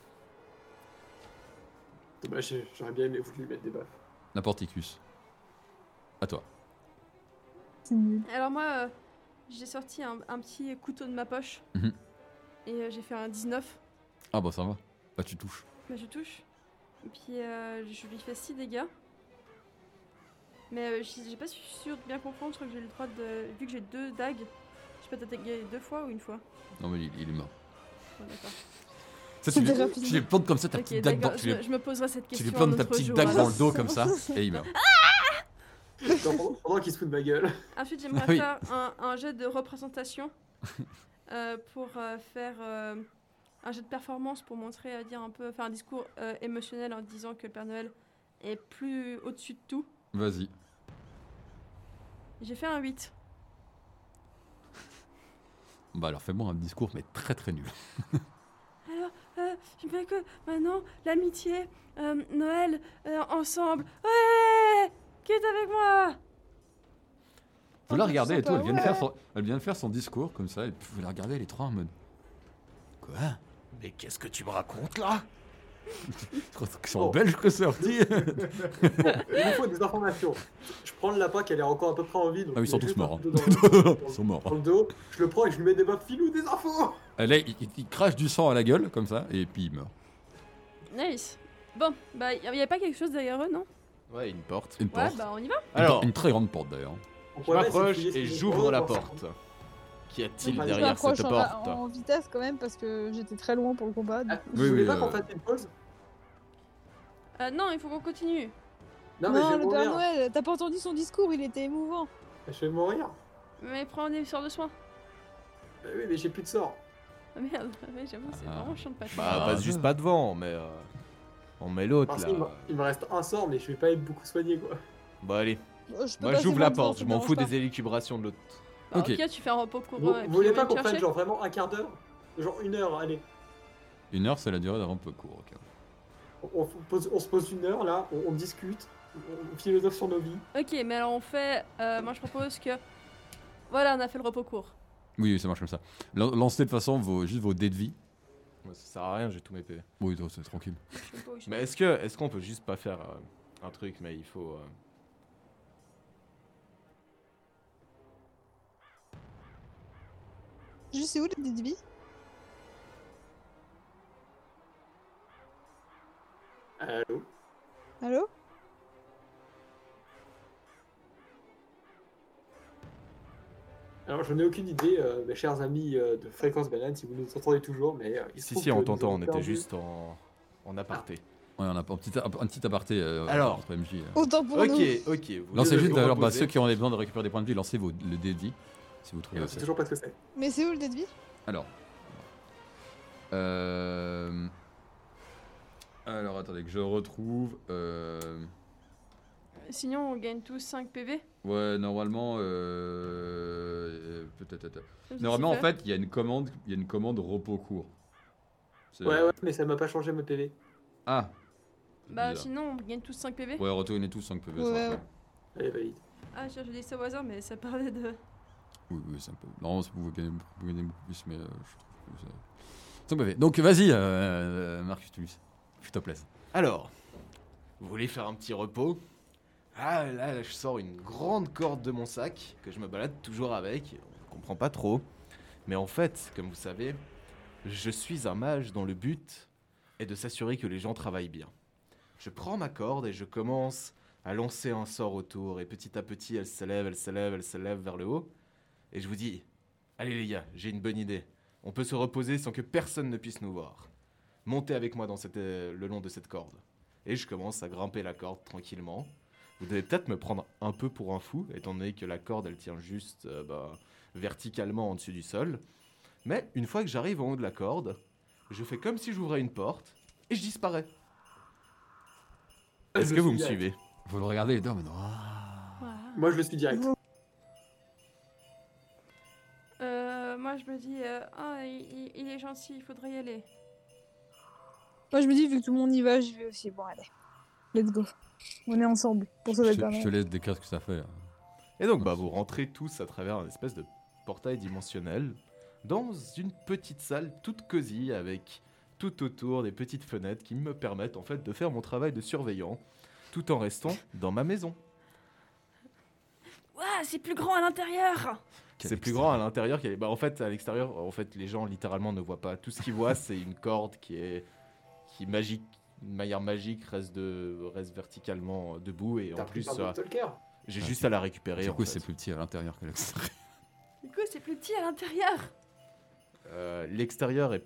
Dommage, j'aurais bien aimé voulu lui mettre des baffes. Naporticus. À toi. C'est nul. Alors moi, j'ai sorti un petit couteau de ma poche. Mhm. Et j'ai fait un 19. Ah bah ça va. Bah tu touches. Bah, je touche. Et puis je lui fais 6 dégâts. Mais j'ai pas sûr de bien comprendre. Je crois que j'ai le droit de... Vu que j'ai 2 dagues, je peux t'attaquer 2 fois ou une fois? Non mais il est mort. Bon, d'accord. Ça, C'était tu rapide. lui plantes comme ça ta Ok, petite dague dans... d'accord, je me poserai cette Tu question lui plantes un ta autre petite jour, dague alors. dans le dos comme ça et il meurt. Pendant qu'il se fout de ma gueule. Ensuite, j'aimerais Oui. faire un jet de représentation pour faire un jet de performance pour montrer, dire un peu, faire un discours émotionnel en disant que le Père Noël est plus au-dessus de tout. Vas-y. J'ai fait un 8. Bah alors fais-moi un discours mais très très nul. Alors, je veux que maintenant, l'amitié, Noël, ensemble. Ouais! Qui est avec moi? Vous la regardez et tout, sympa, elle vient de faire son discours comme ça et puis vous la regardez les trois en mode... Quoi? Mais qu'est-ce que tu me racontes là? C'est en belge que c'est sorti. Il me faut des informations. Je prends le lapin qui a l'air encore à peu près en vie. Donc Ah oui, ils sont il y a tous juste morts. un peu dans Ils sont morts. le dos. Je le prends et je lui mets des baffes filou, des infos. Là, il crache du sang à la gueule comme ça et puis il meurt. Nice. Bon, bah, y avait pas quelque chose derrière eux, non? Ouais, une porte. Une Ouais, porte. bah, on y va. Alors, Une très grande porte d'ailleurs. Mon je problème, c'est m'approche qu'il y a et ce- j'ouvre la Oh, porte. Qu'y a-t-il Je Je derrière m'approche cette en, porte? en vitesse quand même parce que j'étais très loin pour le combat. Ah, du coup. vous Oui, voulez oui, pas qu'on fasse une pause? Non, il faut qu'on continue. Non, mais je Non, vais le Père mourir. Noël, t'as pas entendu son discours, il était émouvant. Je vais mourir. Mais prends des sorts de soins. Oui, mais j'ai plus de sort. Ah merde, ouais, j'avoue, c'est Ah. vraiment chiant de pas te Bah, Ah, passe ça. juste pas devant, mais on met l'autre Parce là. qu'il me reste un sort, mais je vais pas être beaucoup soigné, quoi. Bah, allez, Je peux moi passer j'ouvre la devant, porte, ça je me m'en dérange fous pas. des élucubrations de l'autre. Bah, Ok. ok, tu fais un repos courant. Vous, et puis vous voulez on va pas te qu'on prenne chercher. genre vraiment un quart d'heure? Genre 1 heure, allez. 1 heure, c'est la durée d'un un peu court. Ok. On se pose 1 heure là, on discute, on philosophe sur nos vies. Ok, mais alors on fait. Moi je propose que. Voilà, on a fait le repos court. Oui, ça marche comme ça. Lancez de toute façon juste vos dés de vie. Ouais, ça sert à rien, j'ai tous mes PV. Oui, toi, c'est tranquille. Je sais pas où je- Mais est-ce qu'on peut juste pas faire un truc, mais il faut. Juste, c'est où les dés de vie? Allô? Allô? Alors je n'ai aucune idée, mes chers amis de Fréquence Banane, si vous nous entendez toujours, mais il se Si, trouve si, que on nous t'entend, avons on était perdu- juste en aparté. Ouais, on a un petit aparté Alors. entre MJ. Autant pour Ok, nous. ok. Vous Lancez voulez juste vous d'ailleurs reposer. ceux qui ont besoin de récupérer des points de vie, lancez le dé de vie. Si vous Et trouvez on ça. sait toujours pas ce que c'est. Mais c'est où le dé de vie? Alors. Alors attendez que je retrouve. Sinon, on gagne tous 5 PV. Ouais, normalement. Peut-être. Comme ça, Normalement, en c'est fait, il y a une commande repos court. C'est- Ouais, mais ça m'a pas changé mes PV. Ah. Bah Bizarre. sinon, on gagne tous 5 PV. Ouais, retournez tous 5 PV. ça Ouais, va. ouais. Allez, valide. Ah, je dis ça au hasard, mais ça parlait de. Oui, c'est un peu. Normalement, vous gagnez beaucoup plus, mais je trouve que ça. 5 PV. Donc, vas-y, Marcus Tullius. Je te plaise. Alors, vous voulez faire un petit repos? Ah là, je sors une grande corde de mon sac que je me balade toujours avec. Je comprends pas trop. Mais en fait, comme vous savez, je suis un mage dont le but est de s'assurer que les gens travaillent bien. Je prends ma corde et je commence à lancer un sort autour. Et petit à petit, elle s'élève, elle s'élève, elle s'élève vers le haut. Et je vous dis, allez les gars, j'ai une bonne idée. On peut se reposer sans que personne ne puisse nous voir. Montez avec moi le long de cette corde. Et je commence à grimper la corde tranquillement. Vous devez peut-être me prendre un peu pour un fou, étant donné que la corde, elle tient juste verticalement en dessus du sol. Mais une fois que j'arrive en haut de la corde, je fais comme si j'ouvrais une porte et je disparais. Est-ce Je que vous suis me direct. suivez? Vous le regardez les deux, mais non. Ah. Voilà. Moi je le suis direct. Moi, je me dis, il est gentil, il faudrait y aller. Moi, je me dis, vu que tout le monde y va, j'y vais aussi. Bon, allez. Let's go. On est ensemble pour sauver le Je Père te Noël. laisse décrire ce que ça fait. Et donc, vous rentrez tous à travers un espèce de portail dimensionnel dans une petite salle toute cosy avec tout autour des petites fenêtres qui me permettent en fait de faire mon travail de surveillant tout en restant dans ma maison. Ouah, c'est plus grand à l'intérieur. C'est plus grand à l'intérieur en fait à l'extérieur en fait les gens littéralement ne voient pas. Tout ce qu'ils voient c'est une corde qui magique, d'une manière magique reste verticalement debout et en T'as pris plus par Tolkien. j'ai Ah, juste du- à la récupérer. Du en coup, fait. c'est plus petit à l'intérieur que l'extérieur. Du coup, c'est plus petit à l'intérieur. L'extérieur est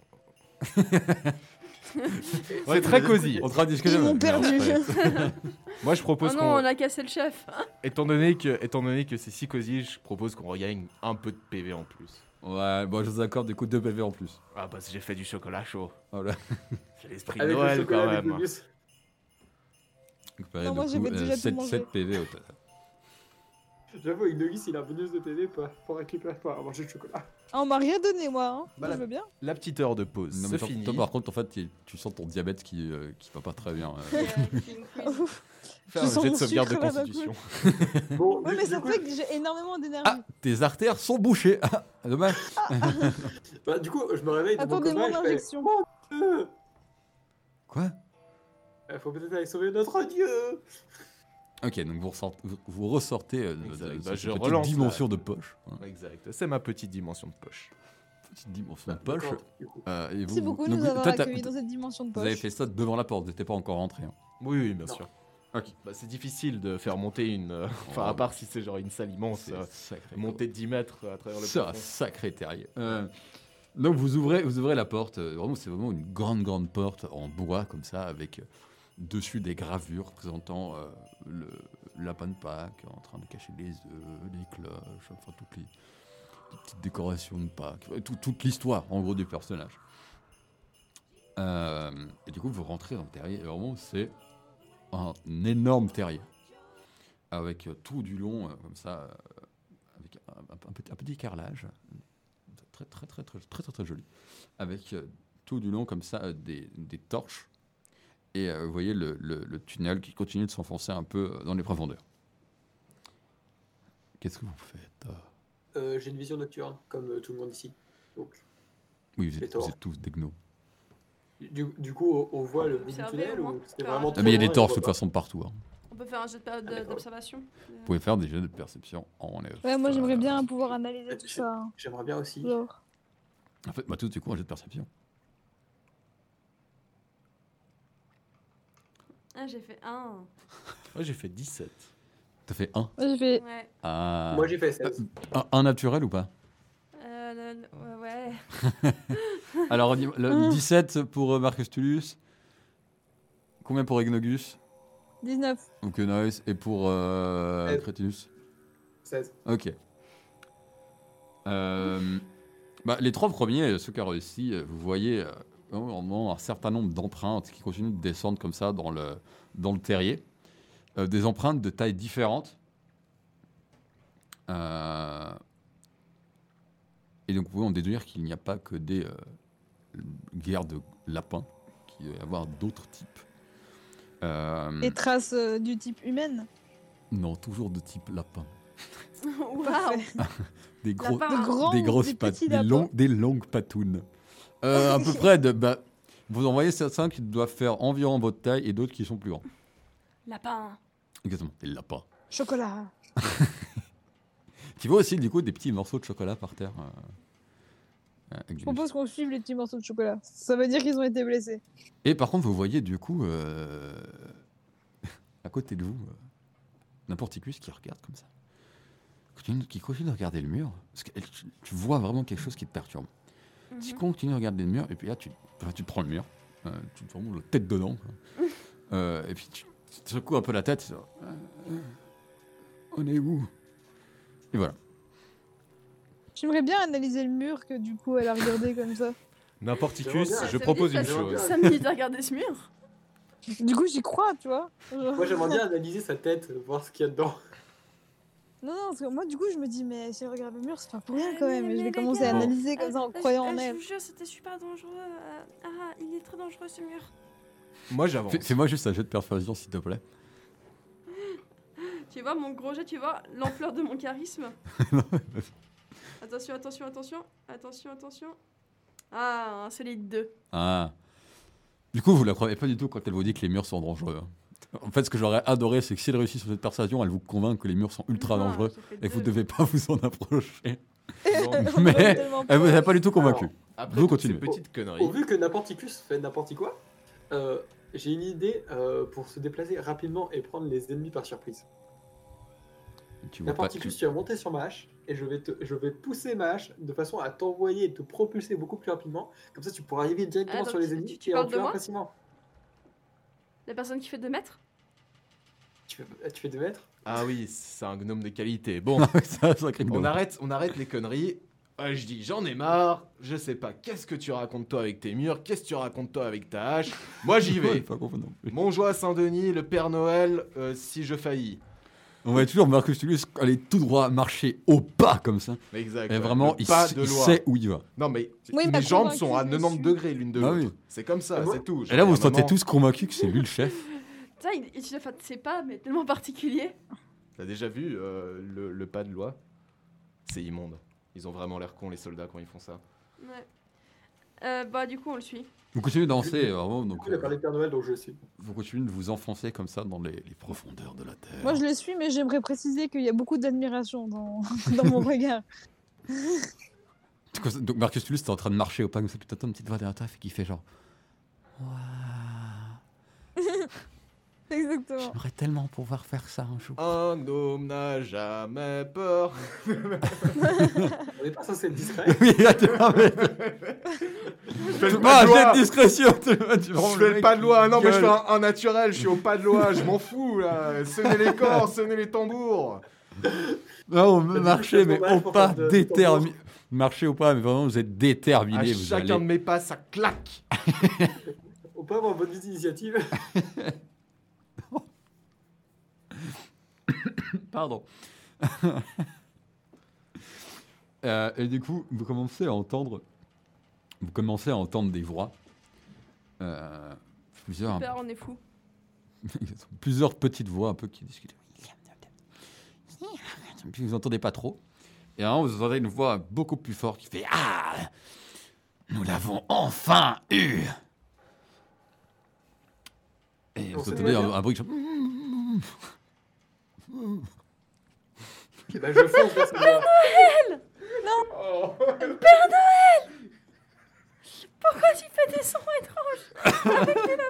c'est très cosy. On te discuter. Ils m'ont perdu. Moi je Oh propose non, qu'on on a cassé le chef. étant donné que c'est si cosy, je propose qu'on regagne un peu de PV en plus. Ouais, bon, je vous accorde du coup 2 PV en plus. Ah parce que j'ai fait du chocolat chaud. Voilà. C'est l'esprit de Avec le Noël chocolat quand avec même. Mobius. Récupérer Non, moi, du j'avais coup, déjà tout 7 mangé. PV au total. J'avoue, avec Nogus, il a un bonus de PV pour récupérer, pour manger le chocolat. Ah, on m'a rien donné, moi. Hein. Bah, Moi, je veux bien. La petite heure de pause Non, se mais toi, finit. toi, par contre, en fait, tu sens ton diabète qui va pas très bien. Fais Je un sens jet de mon sauvegarde de sucre, là, d'un constitution. Bon, Ouais, du- mais du ça coup, fait que j'ai énormément d'énergie. Ah, tes artères sont bouchées. Ah, dommage. du coup, je me réveille de mon Attendez coma mon et je fais, injection. Quoi? faut peut-être aller sauver notre dieu. Ok, donc vous ressortez Exact. de Bah, cette je petite relance dimension de poche. Hein, Exact. C'est ma petite dimension de poche. petite dimension de poche. D'accord, du coup. Et Merci beaucoup de donc nous avoir toi, t'as- accueillis dans cette dimension de Vous avez poche. fait ça devant la porte, vous n'étiez pas encore rentré. Hein. Oui, bien Non. sûr. Ok. Bah, c'est difficile de faire monter une. Enfin, Oh. à part si c'est genre une salle immense, C'est sacré. monter de 10 mètres à travers le C'est un plafond. sacré terrier. Donc vous ouvrez la porte. Vraiment, c'est vraiment une grande porte en bois comme ça, avec dessus des gravures représentant le lapin de Pâques en train de cacher les œufs, les cloches, enfin toutes les petites décorations de Pâques, toute l'histoire en gros du personnage. Et du coup, vous rentrez dans le terrier, et vraiment c'est un énorme terrier avec tout du long comme ça, avec un petit carrelage très joli, avec tout du long comme ça des torches. Et vous voyez le tunnel qui continue de s'enfoncer un peu dans les profondeurs. Qu'est-ce que vous faites? J'ai une vision nocturne, comme tout le monde ici. Donc, Oui, vous êtes tous des gnous. du coup, on voit le bout du Observer, tunnel au moins. ou c'est Ah, vraiment Ah, mais il y a trop des loin, torches on de toute voit façon partout. Hein. On peut faire un jet d'accord. d'observation. Vous pouvez faire des jeux de perception en F. Ouais, moi j'aimerais bien pouvoir analyser tout je- ça. hein. J'aimerais bien aussi. Genre. En fait, bah, tout du coup, un jeu de perception. Ah, j'ai fait 1. Moi, j'ai fait 17. T'as fait 1. Moi j'ai fait. Ouais. Moi, j'ai fait 16. Un naturel ou pas? Ouais. Alors, le 17 pour Marcus Tullius. Combien pour Ignogus 19. ou Noise? Et pour Cretinus? 16. Ok. Bah, les trois premiers, ceux qui ont réussi, vous voyez vraiment un certain nombre d'empreintes qui continuent de descendre comme ça dans le terrier. Des empreintes de tailles différentes. Et donc, vous pouvez en déduire qu'il n'y a pas que des guerres de lapins, qu'il va y avoir d'autres types. Et traces du type humaine. Non, toujours de type lapin. Waouh. Parfait. Des gros, Lapin. De grands, des grosses des pattes, petits des, lapins. des longues patounes. À peu près, vous en voyez certains qui doivent faire environ votre taille et d'autres qui sont plus grands. Lapin. Exactement, des lapins. Chocolat. Tu vois aussi du coup des petits morceaux de chocolat par terre. Avec Je des- propose qu'on suive les petits morceaux de chocolat. Ça veut dire qu'ils ont été blessés. Et par contre, vous voyez du coup, à côté de vous, N'importicus qui regarde comme ça. Qui continue de regarder le mur. Parce que tu vois vraiment quelque chose qui te perturbe. Tu continues de regarder le mur, et puis là, tu te prends le mur. Tu te prends la tête dedans. Quoi. Et puis tu te secoues un peu la tête. On est où? Et voilà. J'aimerais bien analyser le mur que du coup elle a regardé comme ça. N'importicus, J'aimerais bien. je propose une Ça chose. fait 5 minutes à regarder ce mur. Du coup j'y crois, tu vois. Genre- Moi, j'aimerais bien analyser sa tête, voir ce qu'il y a dedans. Non, non, parce que moi du coup je me dis, mais si elle regarde le mur, c'est pas pour rien quand même. Mais Et je vais les commencer à gars, analyser comme ça en croyant en Je elle. vous jure, c'était super dangereux. Il est très dangereux ce mur. Moi, j'avance. Fais-moi juste un jet de persuasion, s'il te plaît. Tu vois mon gros jet, tu vois l'ampleur de mon charisme. Attention. Ah, un solide 2. Ah. Du coup, vous la croyez pas du tout quand elle vous dit que les murs sont dangereux. Hein. En fait, ce que j'aurais adoré, c'est que si elle réussit sur cette persuasion, elle vous convainc que les murs sont ultra dangereux et que vous devez pas vous en approcher. Non. Mais Tellement elle vous peur. a pas du tout convaincu. Après Vous toutes ces continuez. petites conneries. Au vu que N'importicus fait n'importe quoi, j'ai une idée pour se déplacer rapidement et prendre les ennemis par surprise. Tu vois pas. N'importicus, tu vas monter sur ma hache et je vais pousser ma hache de façon à t'envoyer et te propulser beaucoup plus rapidement. Comme ça, tu pourras arriver directement Attends, sur les tu- ennemis tu et en parles de tuer moi facilement. La personne qui fait 2 mètres. Tu fais 2 mètres. Ah oui, c'est un gnome de qualité. Bon, C'est un sacré on gnome. arrête les conneries. Je dis, j'en ai marre. Je sais pas, qu'est-ce que tu racontes toi avec tes murs? Qu'est-ce que tu racontes toi avec ta hache? Moi, j'y Ouais, vais. pas confondre non plus. Montjoie, Saint-Denis, le Père Noël, si je faillis. On va toujours Marcus Tullius aller tout droit marcher au pas comme ça. Exact. Et ouais. vraiment, Le pas de il loi. sait où il va. Non, mais Oui, il m'a mes jambes convaincu, sont à je me 90 suis- degrés l'une de Ah l'autre. oui. C'est comme ça, Ah bon c'est tout. Et là, vous vous sentez sentez tous convaincus que c'est lui le chef. Ça, il se fait ses pas, mais tellement particulier. T'as déjà vu le pas de loi? C'est immonde. Ils ont vraiment l'air cons, les soldats, quand ils font ça. Ouais. Bah, du coup, on le suit. Vous continuez de danser, vraiment. Du Donc, coup, il a parlé de Père Noël, donc je le suis. vous continuez de vous enfoncer comme ça dans les profondeurs de la terre. Moi je le suis, mais j'aimerais préciser qu'il y a beaucoup d'admiration dans, dans mon regard. Donc Marcus Tullius est en train de marcher au pas comme ça, puis t'entends une petite voix derrière toi qui fait genre. Waouh, Exactement. j'aimerais tellement pouvoir faire ça un jour. Un homme n'a jamais peur. On n'est pas censé être discret. Oui, attends, mais- fais le Ah, pas de j'ai loi. de discrétion. Je fais le pas de loi. Non, mais je fais un naturel. Je suis au pas de loi. Je m'en fous, là. Sonnez les corps, sonnez les tambours. Non, dit marchez, que mais c'est au pour pas faire de déterminé. Marchez ou pas, mais vraiment, vous êtes À déterminé. Vous chacun allez... de mes pas, ça claque. On peut avoir bonne initiative. Pardon. Et du coup, vous commencez à entendre des voix. Plusieurs, Super, on est fou. plusieurs petites voix un peu qui discutent. Puis vous entendez pas trop. Et alors, vous entendez une voix beaucoup plus forte qui fait Ah, nous l'avons enfin eu. Et On vous sait entendez pas bien. un bruit qui Ok, bah, je fonce vers cette voie. Oh. Pourquoi tu fais des sons étranges?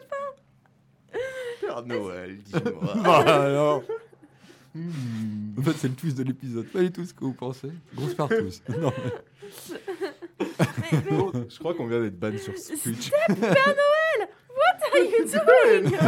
Père Noël, dis-moi. Bah alors. En fait, c'est le twist de l'épisode. Pas du tout ce que vous pensez. Grosse partouze. Non, Je crois qu'on vient d'être ban sur Twitch. Step, Père Noël! What are you doing?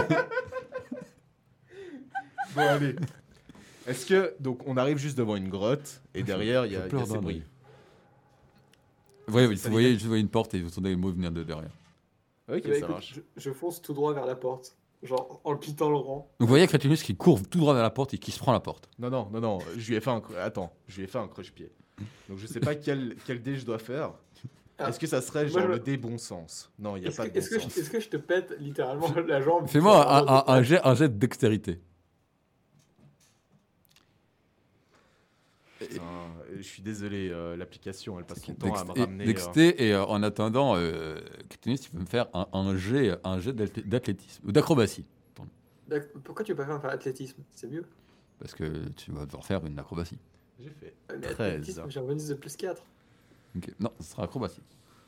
Bon, allez. Est-ce que. Donc, on arrive juste devant une grotte et derrière, il y a Je pleure ces d'un bruits. Oui, vous voyez une porte et vous entendez les mots venir de derrière. Ok, Bah, ça écoute, marche. je fonce tout droit vers la porte. Genre, en quittant le rang. Donc vous voyez Crétinus qui court tout droit vers la porte et qui se prend la porte. Non, je lui ai fait un. Attends, je lui ai fait un croche-pied. Donc, je sais pas quel dé je dois faire. Ah. Est-ce que ça serait Moi, genre je- le dé bon sens? Non, il n'y a Est-ce pas que, de bon sens. est-ce que je te pète littéralement la jambe? Fais-moi un jet de dextérité. Putain, je suis désolé, l'application, elle passe son temps à me ramener. Dexté, et en attendant, Crétinus, tu peux me faire un jet d'athlétisme, ou d'acrobatie. Pourquoi tu peux pas faire athlétisme? C'est mieux. Parce que tu vas devoir faire une acrobatie. J'ai fait. Mais 13. athlétisme, j'ai un bonus de plus 4. Ok. Non, ce sera acrobatie.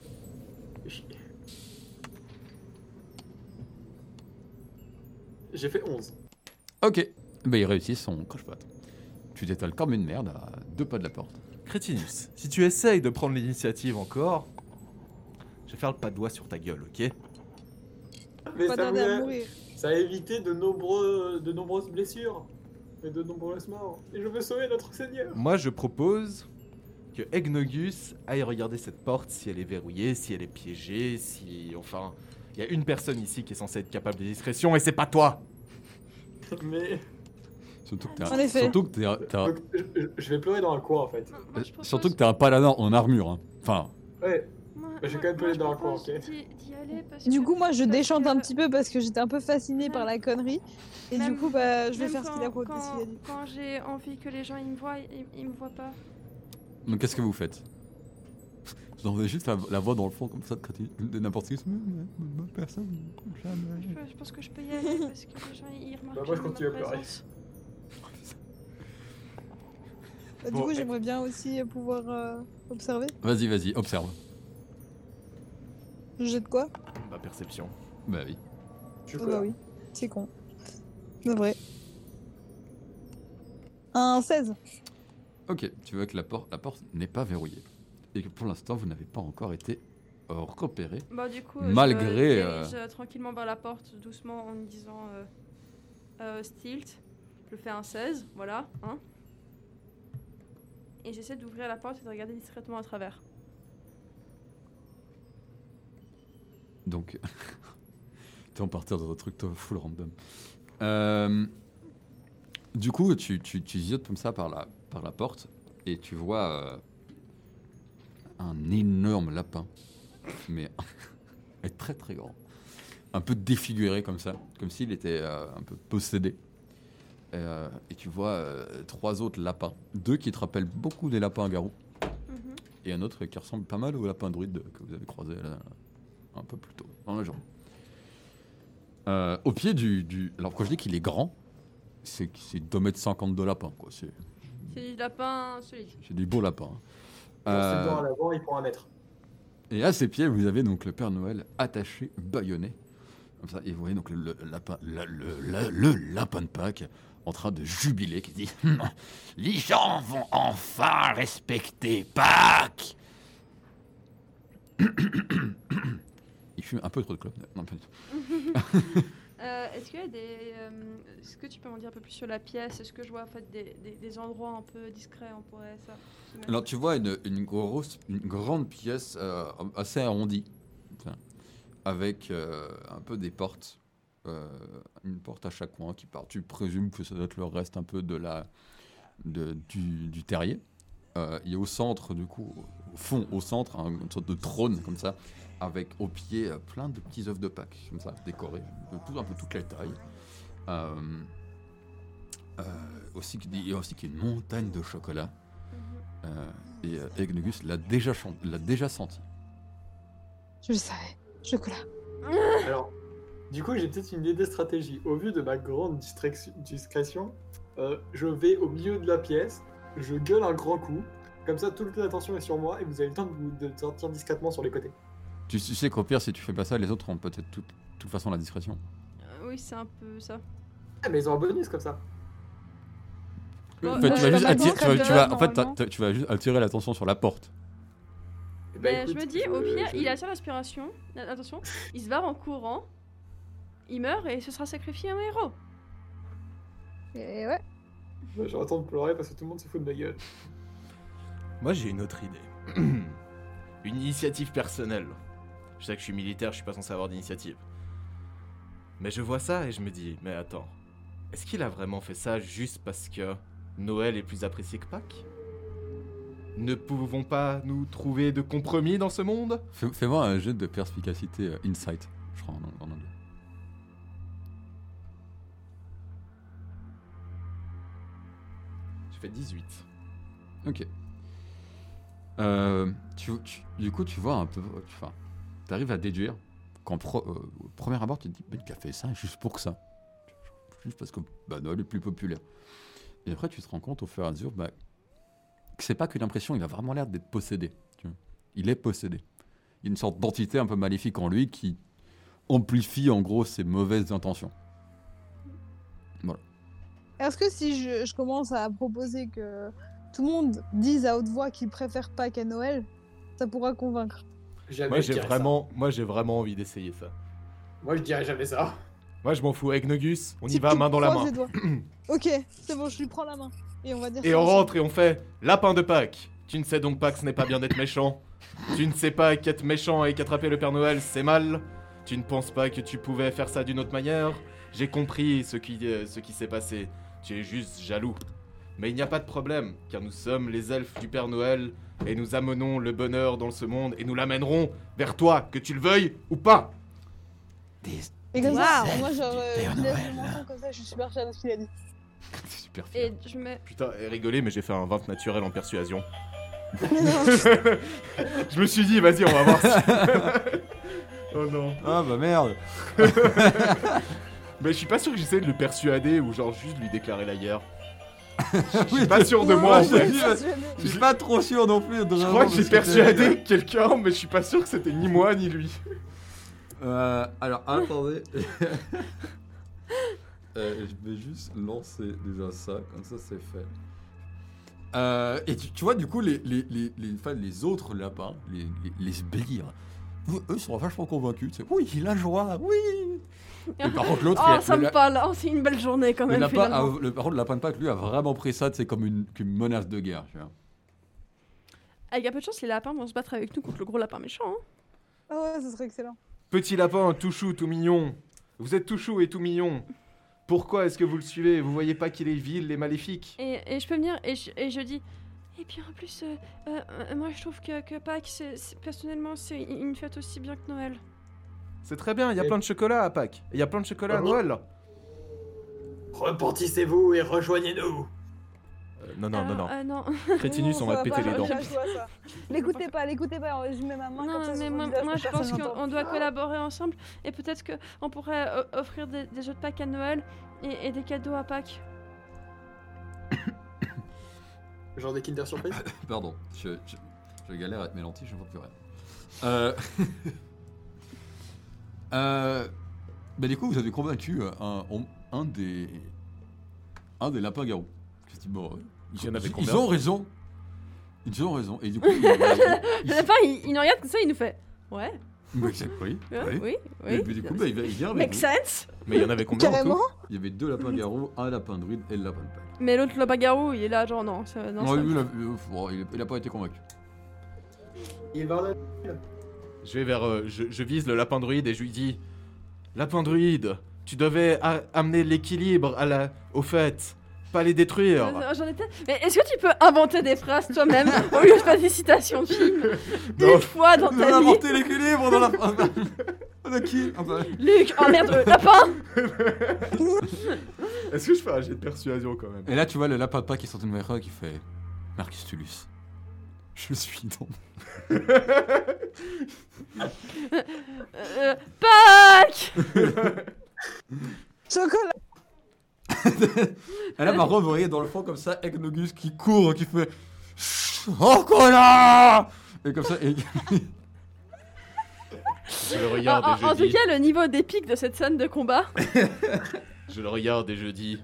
J'ai fait 11. Ok. Bah, il réussit son croche-patte. Tu t'étales comme une merde à 2 pas de la porte. Crétinus, si tu essayes de prendre l'initiative encore, je vais faire le pas de doigt sur ta gueule, ok? Mais Pas ça, tarder à mourir. ça a évité de nombreuses blessures et de nombreuses morts. Et je veux sauver notre Seigneur. Moi, je propose que Egnogus aille regarder cette porte si elle est verrouillée, si elle est piégée, si. Enfin. Il y a une personne ici qui est censée être capable de discrétion et c'est pas toi! Mais Surtout que En effet. donc, je vais pleurer dans un coin en fait. Moi, je propose- surtout que t'es un paladin en armure. Hein. Enfin, Ouais. Moi, j'ai moi- quand même moi, pelé je dans un coin, propose ok. d'y aller parce Du que- coup, moi, je parce déchante que- un petit peu parce que j'étais un peu fascinée Même- par la connerie. Et même- du coup, bah, je vais même faire ce qu'il a quand- qu'est-ce qu'il a dit. Quand j'ai envie que les gens ils me voient, ils me voient pas. donc qu'est-ce que vous faites? Vous entendez juste la voix dans le fond comme ça de Crétinus, de n'importe qui. Personne. Jamais. Je pense que je peux y aller parce que les gens ils remarquent. Bah, moi, je ma continue à pleurer. présence. Bah, du Bon, coup, et- j'aimerais bien aussi pouvoir observer. Vas-y, observe. Je jette quoi? Ma perception. Bah oui. Je suis Oh, bah quoi oui, c'est con. C'est vrai. Un 16. Ok, tu vois que la porte n'est pas verrouillée. Et que pour l'instant, vous n'avez pas encore été repéré. Bah du coup, Malgré, je dirige tranquillement vers la porte, doucement, en me disant Stilt. Je fais un 16, voilà, hein. Et j'essaie d'ouvrir la porte et de regarder discrètement à travers. Donc, t'es en partir dans un truc toi, full random. Du coup, tu ziotes comme ça par la porte et tu vois un énorme lapin, mais est très très grand, un peu défiguré comme ça, comme s'il était un peu possédé. Et tu vois 3 autres lapins, 2 qui te rappellent beaucoup des lapins à garou, Mhm. et un autre qui ressemble pas mal au lapin druide que vous avez croisé là, un peu plus tôt dans la journée. Au pied du... Alors quand je dis qu'il est grand, c'est 2,50 m de lapin, quoi. C'est C'est du lapin solide. des beaux lapins. C'est bon à l'avant, il prend un mètre. Et à ses pieds, vous avez donc le Père Noël attaché, bâillonné. Comme ça, et vous voyez donc le lapin de Pâques en train de jubiler, qui dit Les gens vont enfin respecter Pâques. fume un peu trop de clopes. Non, pas du tout. Est-ce qu'il y a des. Est-ce que tu peux m'en dire un peu plus sur la pièce? Est-ce que je vois en fait des endroits un peu discrets? On pourrait ça. se mettre- Alors tu vois une grande pièce assez arrondie, enfin, avec un peu des portes, une porte à chaque coin qui part. Tu présumes que ça doit être le reste un peu du terrier. Il y a au centre, du coup, au fond, au centre, une sorte de trône comme ça, avec au pied plein de petits œufs de Pâques, comme ça, décorés, un peu toutes les tailles. Il y a aussi qu'il y a une montagne de chocolat. Et Egnogus l'a déjà senti. Je le savais. Chocolat. Alors, du coup, j'ai peut-être une idée de stratégie. Au vu de ma grande discrétion, je vais au milieu de la pièce, je gueule un grand coup. Comme ça, toute l'attention est sur moi et vous avez le temps de sortir discrètement sur les côtés. Tu sais qu'au pire, si tu fais pas ça, les autres ont peut-être de toute façon la discrétion. Oui, c'est un peu ça. Ah, mais ils ont un bonus comme ça. Bon, En fait, tu vas je juste vais pas attirer, discrètement, en fait, normalement. tu vas juste attirer l'attention sur la porte. Eh ben, Mais écoute, je me dis, au pire, il attire l'inspiration. Attention, il se barre en courant. Il meurt et ce sera sacrifié un héros. Et ouais. Bah, j'aurais tendance de pleurer parce que tout le monde se fout de ma gueule. Moi, j'ai une autre idée. Une initiative personnelle. Je sais que je suis militaire, je suis pas censé avoir d'initiative. Mais je vois ça et je me dis, mais attends, est-ce qu'il a vraiment fait ça juste parce que Noël est plus apprécié que Pâques? Ne pouvons pas nous trouver de compromis dans ce monde? Fais-moi un jet de perspicacité insight, je crois en anglais. Je fais 18. Ok. Du coup, tu vois un peu. Tu arrives à déduire qu'au premier abord, tu te dis, mais il a fait ça juste pour que ça. Juste parce que Noël est plus populaire. Et après, tu te rends compte au fur et à mesure que c'est pas qu'une impression, il a vraiment l'air d'être possédé. Tu vois. Il est possédé. Il y a une sorte d'entité un peu maléfique en lui qui amplifie en gros ses mauvaises intentions. Voilà. Est-ce que si je commence à proposer que tout le monde dise à haute voix qu'il préfère Pâques à Noël, ça pourra convaincre? Jamais Moi, je dirais j'ai vraiment envie d'essayer ça. ça. Moi, je dirais jamais ça. Moi, je m'en fous. Egnogus, on y Si va tu main dans la croises main. les doigts. Ok, c'est bon, je lui prends la main. Et on va dire Et ça on ensemble. rentre et on fait lapin de Pâques. Tu ne sais donc pas que ce n'est pas bien d'être méchant. Tu ne sais pas qu'être méchant et qu'attraper le Père Noël, c'est mal. Tu ne penses pas que tu pouvais faire ça d'une autre manière. J'ai compris ce qui s'est passé. Tu es juste jaloux. Mais il n'y a pas de problème, car nous sommes les elfes du Père Noël et nous amenons le bonheur dans ce monde et nous l'amènerons vers toi, que tu le veuilles ou pas. Et comme ça, Wow. moi, genre, Père je laisse Noël. mon menton comme ça, je suis super fière de ce qu'il a dit. C'est super fier. Et je mets. Putain, rigolez, mais j'ai fait un 20 naturel en persuasion. Mais non, Je me suis dit, vas-y, on va voir si... Oh non. Ah bah merde. Mais je suis pas sûr que j'essaie de le persuader ou genre juste de lui déclarer la guerre. Je suis pas sûr de moi en Ouais, fait. je suis pas trop sûr non plus. Je crois que j'ai persuadé quelqu'un, mais je suis pas sûr que c'était ni moi ni lui. Alors attendez. Je vais juste lancer déjà ça, comme ça c'est fait. Et tu vois du coup les autres lapins, les sbires, eux sont vachement convaincus. C'est oui, la joie, oui. Et par contre l'autre, Oh, ça me parle. Oh, c'est une belle journée quand même. Finalement. par contre le lapin de Pâques lui a vraiment pris ça, c'est comme une menace de guerre. Tu vois. Avec un peu de chance, les lapins vont se battre avec nous contre le gros lapin méchant. Hein. Ah ouais, ce serait excellent. Petit lapin, tout chou, tout mignon. Vous êtes tout chou et tout mignon. Pourquoi est-ce que vous le suivez? Vous voyez pas qu'il est vil et maléfique? Et je peux venir et je dis. Et puis en plus, moi je trouve que Pâques, personnellement, c'est une fête aussi bien que Noël. C'est très bien, il y a plein de chocolat à Pâques. Et il y a plein de chocolat à Noël. Repentissez-vous et rejoignez-nous. Non. Non. Crétinus, Non, on va ça te péter pas, les dents. je vois ça. L'écoutez pas, je mets ma main Non, comme ça mais sur moi, mon visage moi pour je pense personne n'entende. qu'on doit collaborer ensemble et peut-être qu'on pourrait offrir des jeux de Pâques à Noël et des cadeaux à Pâques. Genre des Kinder Surprise. Pardon, je galère avec mes lentilles, je ne vois plus rien. Bah du coup, vous avez convaincu un des lapins garous. Je dis, bon, Il y en avait ils combien? ont raison. Ils ont raison. Et du coup, Le lapin, il nous regarde comme ça, il nous fait. Ouais. Oui, oui. Oui, Et puis du coup, il vient avec Make vous. sense. Mais il y en avait combien en Carrément. tout? Il y avait 2 lapins garous, un lapin druide et le lapin de Pâques. Mais l'autre, le bagarou, il est là, genre non. Non, Non, ça- lui, il a pas été convaincu. Il va là. Je vais vers. Je vise le lapin druide et je lui dis: Lapin druide, tu devais amener l'équilibre aux fêtes, pas les détruire. J'en étais. Mais est-ce que tu peux inventer des phrases toi-même au lieu de faire des citations de films Non. une fois dans On ta a vie? apporté l'équilibre dans la phrase. On a qui enfin... Luc, oh merde, lapin. Est-ce que je fais un jet de persuasion quand même? Et là, tu vois le lapin de Pâques qui sort une caméra qui fait Marcus Tullius. Je suis dans. Pâques. Chocolat. Et là, par contre, vous voyez dans le fond comme ça, Egnogus qui court, qui fait Chocolat. Et comme ça, et... Je le regarde et En je tout dis. cas, le niveau d'épique de cette scène de combat. Je le regarde et je dis.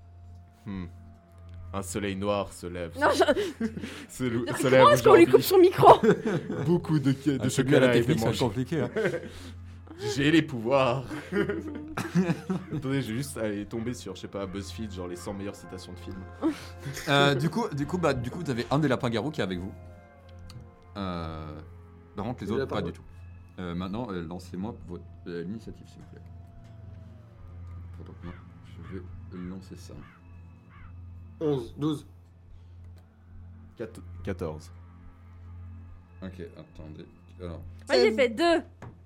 Un soleil noir se lève. Non, Se lève comment est-ce qu'on lui coupe son micro? Beaucoup de la chocolat et de technique, c'est manger. compliqué. Hein. J'ai les pouvoirs. Attendez, je vais juste aller tomber sur, je sais pas, BuzzFeed, genre les 100 meilleures citations de films. Du coup, vous avez un des lapins garous qui est avec vous. Par contre, les Le autres, lapin pas rouge. du tout. Maintenant, lancez-moi votre l'initiative, s'il vous plaît. Pardon, non, je vais lancer ça. 11, 12. 14. Ok, attendez. Alors, Moi, j'ai fait 2.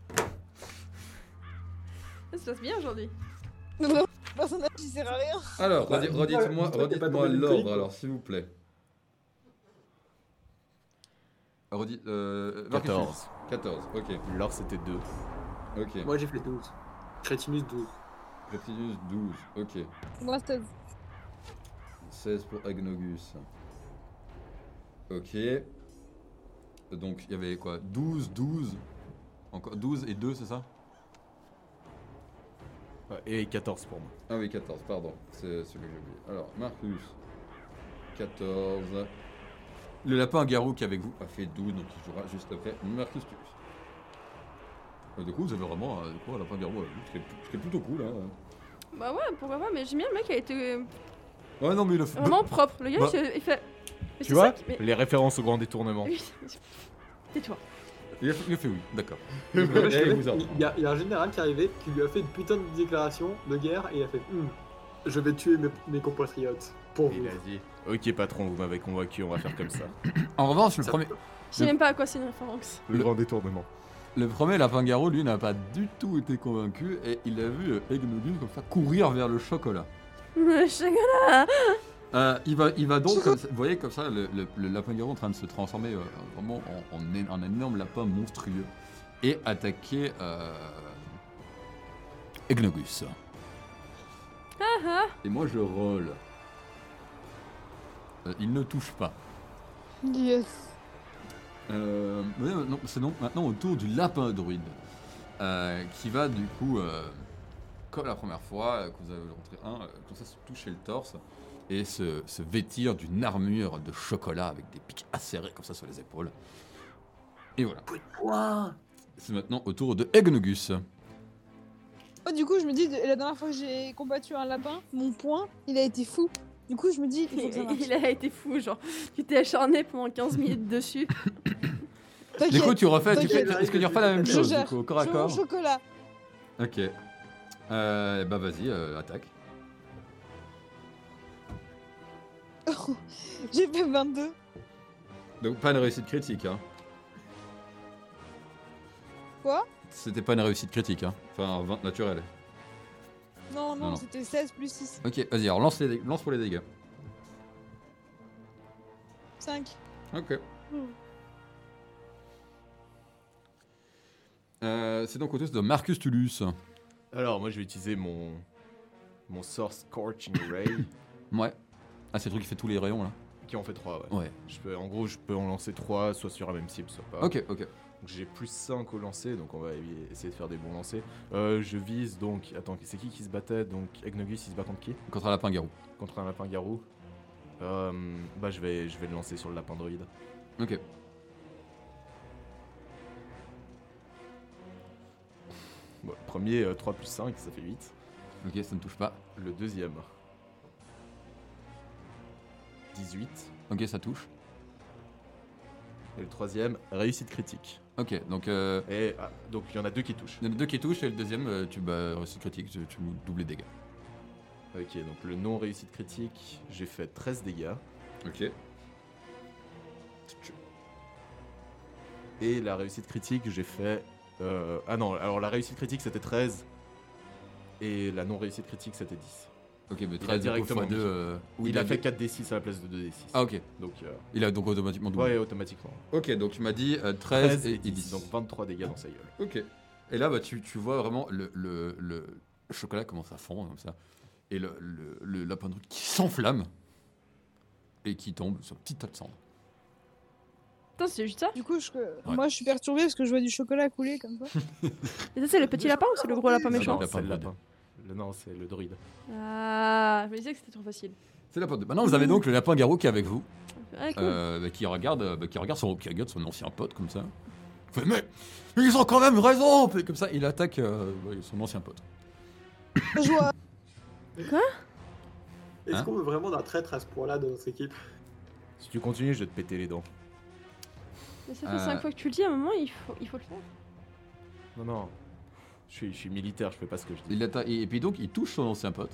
Ça se passe bien aujourd'hui. Vraiment, le personnage il sert à rien. alors Bah, redites-moi dis-moi que t'es pas tombé d'une l'ordre, colline, alors, s'il vous plaît. Marcus 14. 14, ok. L'or c'était 2. Ok. Moi j'ai fait 12. Crétinus 12. Reptilius 12, ok. Moi, 16. 16 pour Agnogus. Ok. Donc il y avait quoi 12, 12. Encore 12 et 2, c'est ça? Et 14 pour moi. Ah oui, 14, pardon. C'est celui que j'ai oublié. Alors, Marcus, 14. Le lapin garou qui est avec vous a fait 12, donc il jouera juste après Marcus Tullius. Du coup, vous avez vraiment un lapin garou avec vous, ce qui est plutôt cool. Hein. Bah ouais, pourquoi pas, mais j'aime bien le mec qui a été Ouais, non, mais il a fait. vraiment propre. Le gars, Bah. il fait. Mais Tu c'est vois ça qui- mais- Les références au grand détournement. Oui. Tais-toi. Il a fait oui, d'accord. Ouais, je Eh, savais, vous en- il y a un général qui est arrivé qui lui a fait une putain de déclaration de guerre et il a fait je vais tuer mes compatriotes pour vous. Il a dit: Ok, patron, vous m'avez convaincu, on va faire comme ça. En revanche, Ça- Je sais même pas à quoi c'est une référence. Le grand détournement. le premier lapin garou, lui, n'a pas du tout été convaincu et il a vu Egnogus comme ça courir vers le chocolat. Chocolat. Il va donc, comme ça- vous voyez comme ça, le lapin garou en train de se transformer vraiment en un énorme lapin monstrueux et attaquer Egnogus. Et moi je roll. Il ne touche pas. Yes. C'est donc maintenant au tour du lapin druide qui va du coup, comme la première fois que vous avez rentré comme ça se toucher le torse et se vêtir d'une armure de chocolat avec des pics acérés comme ça sur les épaules. Et voilà. C'est maintenant au tour de Egnogus. Oh, du coup, je me dis, la dernière fois que j'ai combattu un lapin, mon poing, il a été fou. Du coup, je me dis, il faut que ça marche. Il a été fou, genre. Tu t'es acharné pendant 15 minutes dessus. T'inquiète, Du coup, tu refais, t'inquiète. est-ce que tu refais la même Je chose gère. du coup, au corps à Je veux mon corps? chocolat. Ok. Bah vas-y, attaque. J'ai fait 22. Donc pas une réussite critique, hein. Quoi? C'était pas une réussite critique, hein. Enfin, un 20 naturel. Non, Non. c'était 16 plus 6. Ok, vas-y, alors lance pour les dégâts. 5. Ok. C'est donc au tour de Marcus Tullius. Alors, moi je vais utiliser mon sort Scorching Ray, Ouais. Ah, c'est le truc qui fait tous les rayons là. qui en fait 3. Ouais. Ouais. En gros, je peux en lancer 3, soit sur la même cible, soit pas. Ok. Donc j'ai plus 5 au lancer, donc on va essayer de faire des bons lancers. Je vise donc. Attends, c'est qui se battait? Donc Egnogus il se bat contre qui? Contre un lapin garou. Contre un lapin garou. Bah je vais le lancer sur le lapin druide. Ok. Bon, premier, 3 plus 5, ça fait 8. Ok, ça ne touche pas. Le deuxième, 18. Ok, ça touche. Et le troisième, réussite critique. Ok, donc Et donc il y en a 2 qui touchent. il y en a 2 qui touchent et le deuxième, tu réussite critique, tu doubles les dégâts. Ok, donc le non réussite critique, j'ai fait 13 dégâts. Ok. Et la réussite critique, j'ai fait... Ah non, alors la réussite critique c'était 13. Et la non réussite critique c'était 10. Ok, mais Il a 13 directement fois 2. mis. Il a fait 4d6 à la place de 2d6. Ah, ok. Donc, Il a donc automatiquement doublé. ouais, automatiquement. Ok, donc tu m'as dit 13, 13 et 10. Donc 23 dégâts dans sa gueule. Ok. Et là, bah, tu vois vraiment le chocolat commence à fondre comme ça. Et le lapin de Rude qui s'enflamme et qui tombe sur un petit tas de cendres. Putain, c'est juste ça? Du coup, moi, je suis perturbée parce que je vois du chocolat couler comme ça. Et ça, c'est le petit lapin ou c'est le gros lapin Non, méchant? non, C'est le druide. lapin. Non, c'est le druide. Ah, je me disais que c'était trop facile. C'est le lapin de... Maintenant, vous avez donc le lapin garou qui est avec vous. Ouais, cool. Qui regarde son ancien pote comme ça. Il fait, mais ils ont quand même raison. Puis comme ça, il attaque son ancien pote. Je vois. Est-ce Hein qu'on veut vraiment d'un traître à ce point-là de notre équipe? Si tu continues, je vais te péter les dents. Mais ça fait 5 fois que tu le dis, à un moment, il faut le faire. Non, non. Je suis militaire, je fais pas ce que je dis. Il attaque et puis donc il touche son ancien pote.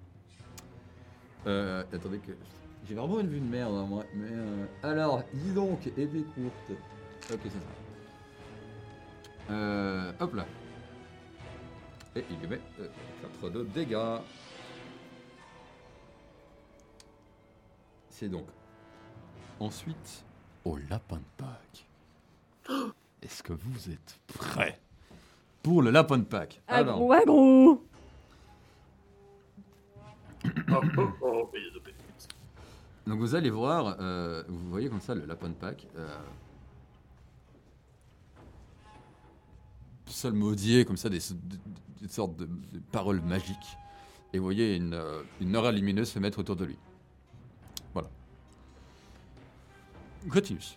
Attendez que j'ai vraiment une vue de merde hein, moi. Mais alors, dis donc, épée courte. Ok, c'est ça. Hop là. Et il lui met 4 de dégâts. C'est donc ensuite au lapin de Pâques. Est-ce que vous êtes prêts pour le lapin de Pâques? Ah, gros, ouais, gros. Donc vous allez voir, vous voyez comme ça le lapin de Pâques, psalmodier comme ça des sortes de paroles magiques, et vous voyez une aura lumineuse se mettre autour de lui. Voilà. Gretius.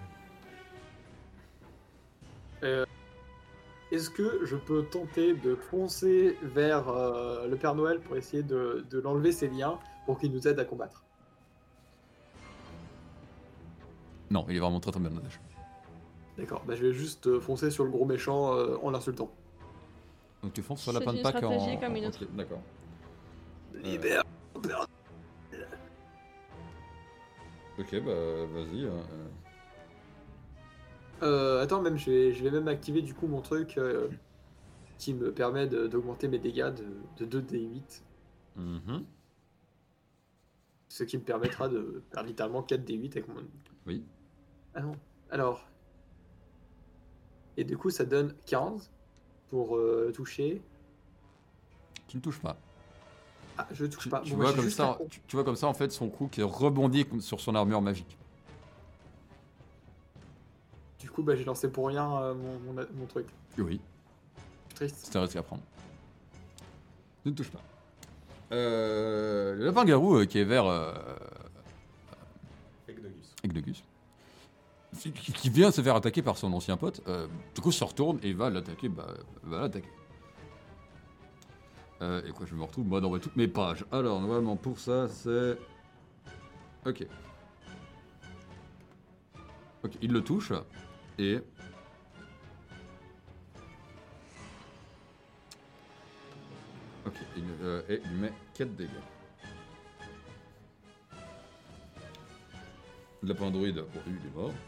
Est-ce que je peux tenter de foncer vers le Père Noël pour essayer de l'enlever ses liens pour qu'il nous aide à combattre? Non, il est vraiment très bien dommage. D'accord, bah je vais juste foncer sur le gros méchant en l'insultant. Donc tu fonces sur le C'est lapin de une Pâques stratégie comme une autre. Ok, d'accord. Libère. Ok, bah vas-y. Attends, même je vais même activer du coup mon truc qui me permet d'augmenter mes dégâts de 2d8. Mhm. Ce qui me permettra de faire littéralement 4d8 avec mon... Oui. Ah non. Alors. Et du coup, ça donne 15 pour toucher. Tu ne touches pas. Ah, je touche pas. Tu Bon, vois bah, j'ai comme juste ça, la- tu vois comme ça en fait son coup qui rebondit sur son armure magique. Du coup, bah, j'ai lancé pour rien mon truc. Oui. Triste. C'était resté à prendre. Ne touche pas. Le lapin garou qui est vers Egnogus, qui vient se faire attaquer par son ancien pote, du coup se retourne et va l'attaquer. Va l'attaquer. Et quoi, je me retrouve moi dans toutes mes pages. Alors normalement pour ça c'est... Ok. Ok, il le touche et... Ok, et il met 4 dégâts. Le lapin druide, bon, lui, il est mort.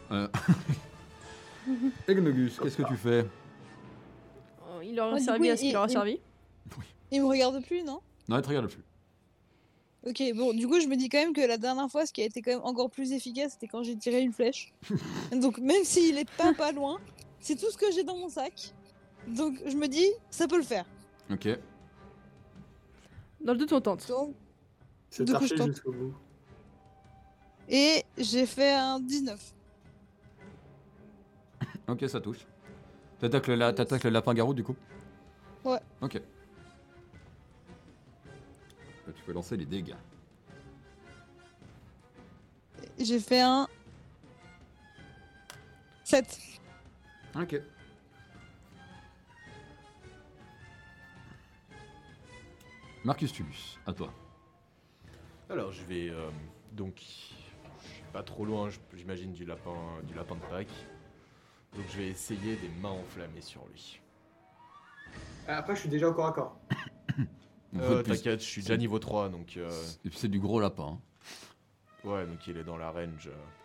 Egnogus, qu'est-ce que tu fais? Oh, il aura Ah, du servi coup, à ce qu'il aura servi. Il me regarde plus, non? Non, il te regarde plus. Ok, bon, du coup, je me dis quand même que la dernière fois, ce qui a été quand même encore plus efficace, c'était quand j'ai tiré une flèche. Donc, même s'il est pas loin, c'est tout ce que j'ai dans mon sac. Donc, je me dis, ça peut le faire. Ok. Dans le doute, on tente. Donc, C'est Du coup, je arché tente. jusqu'au bout. et j'ai fait un 19. Ok, ça touche. T'attaques le lapin garou du coup? Ouais. Ok. Là, tu peux lancer les dégâts. J'ai fait un 7. Ok. Marcus Tullius, à toi. Alors je vais donc je suis pas trop loin, j'imagine du lapin de Pâques. Donc je vais essayer des mains enflammées sur lui. Après, je suis déjà au corps à corps. Une fois de plus, T'inquiète, je suis déjà niveau 3 donc c'est du gros lapin. ouais, donc il est dans la range.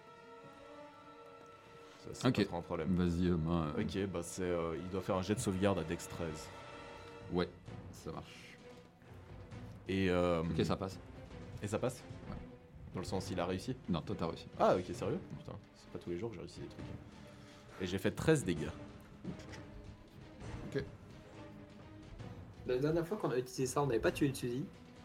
Ça c'est Ok. pas trop un problème. Vas-y, main. Ok, bah il doit faire un jet de sauvegarde à Dex 13. Ouais, ça marche. Et Ok, ça passe. et ça passe. Ouais. Dans le sens il a réussi. Non, toi t'as réussi. Ah ok, sérieux. Putain, c'est pas tous les jours que j'ai réussi des trucs. Et j'ai fait 13 dégâts. La dernière fois qu'on a utilisé ça, on n'avait pas tué le Suzy.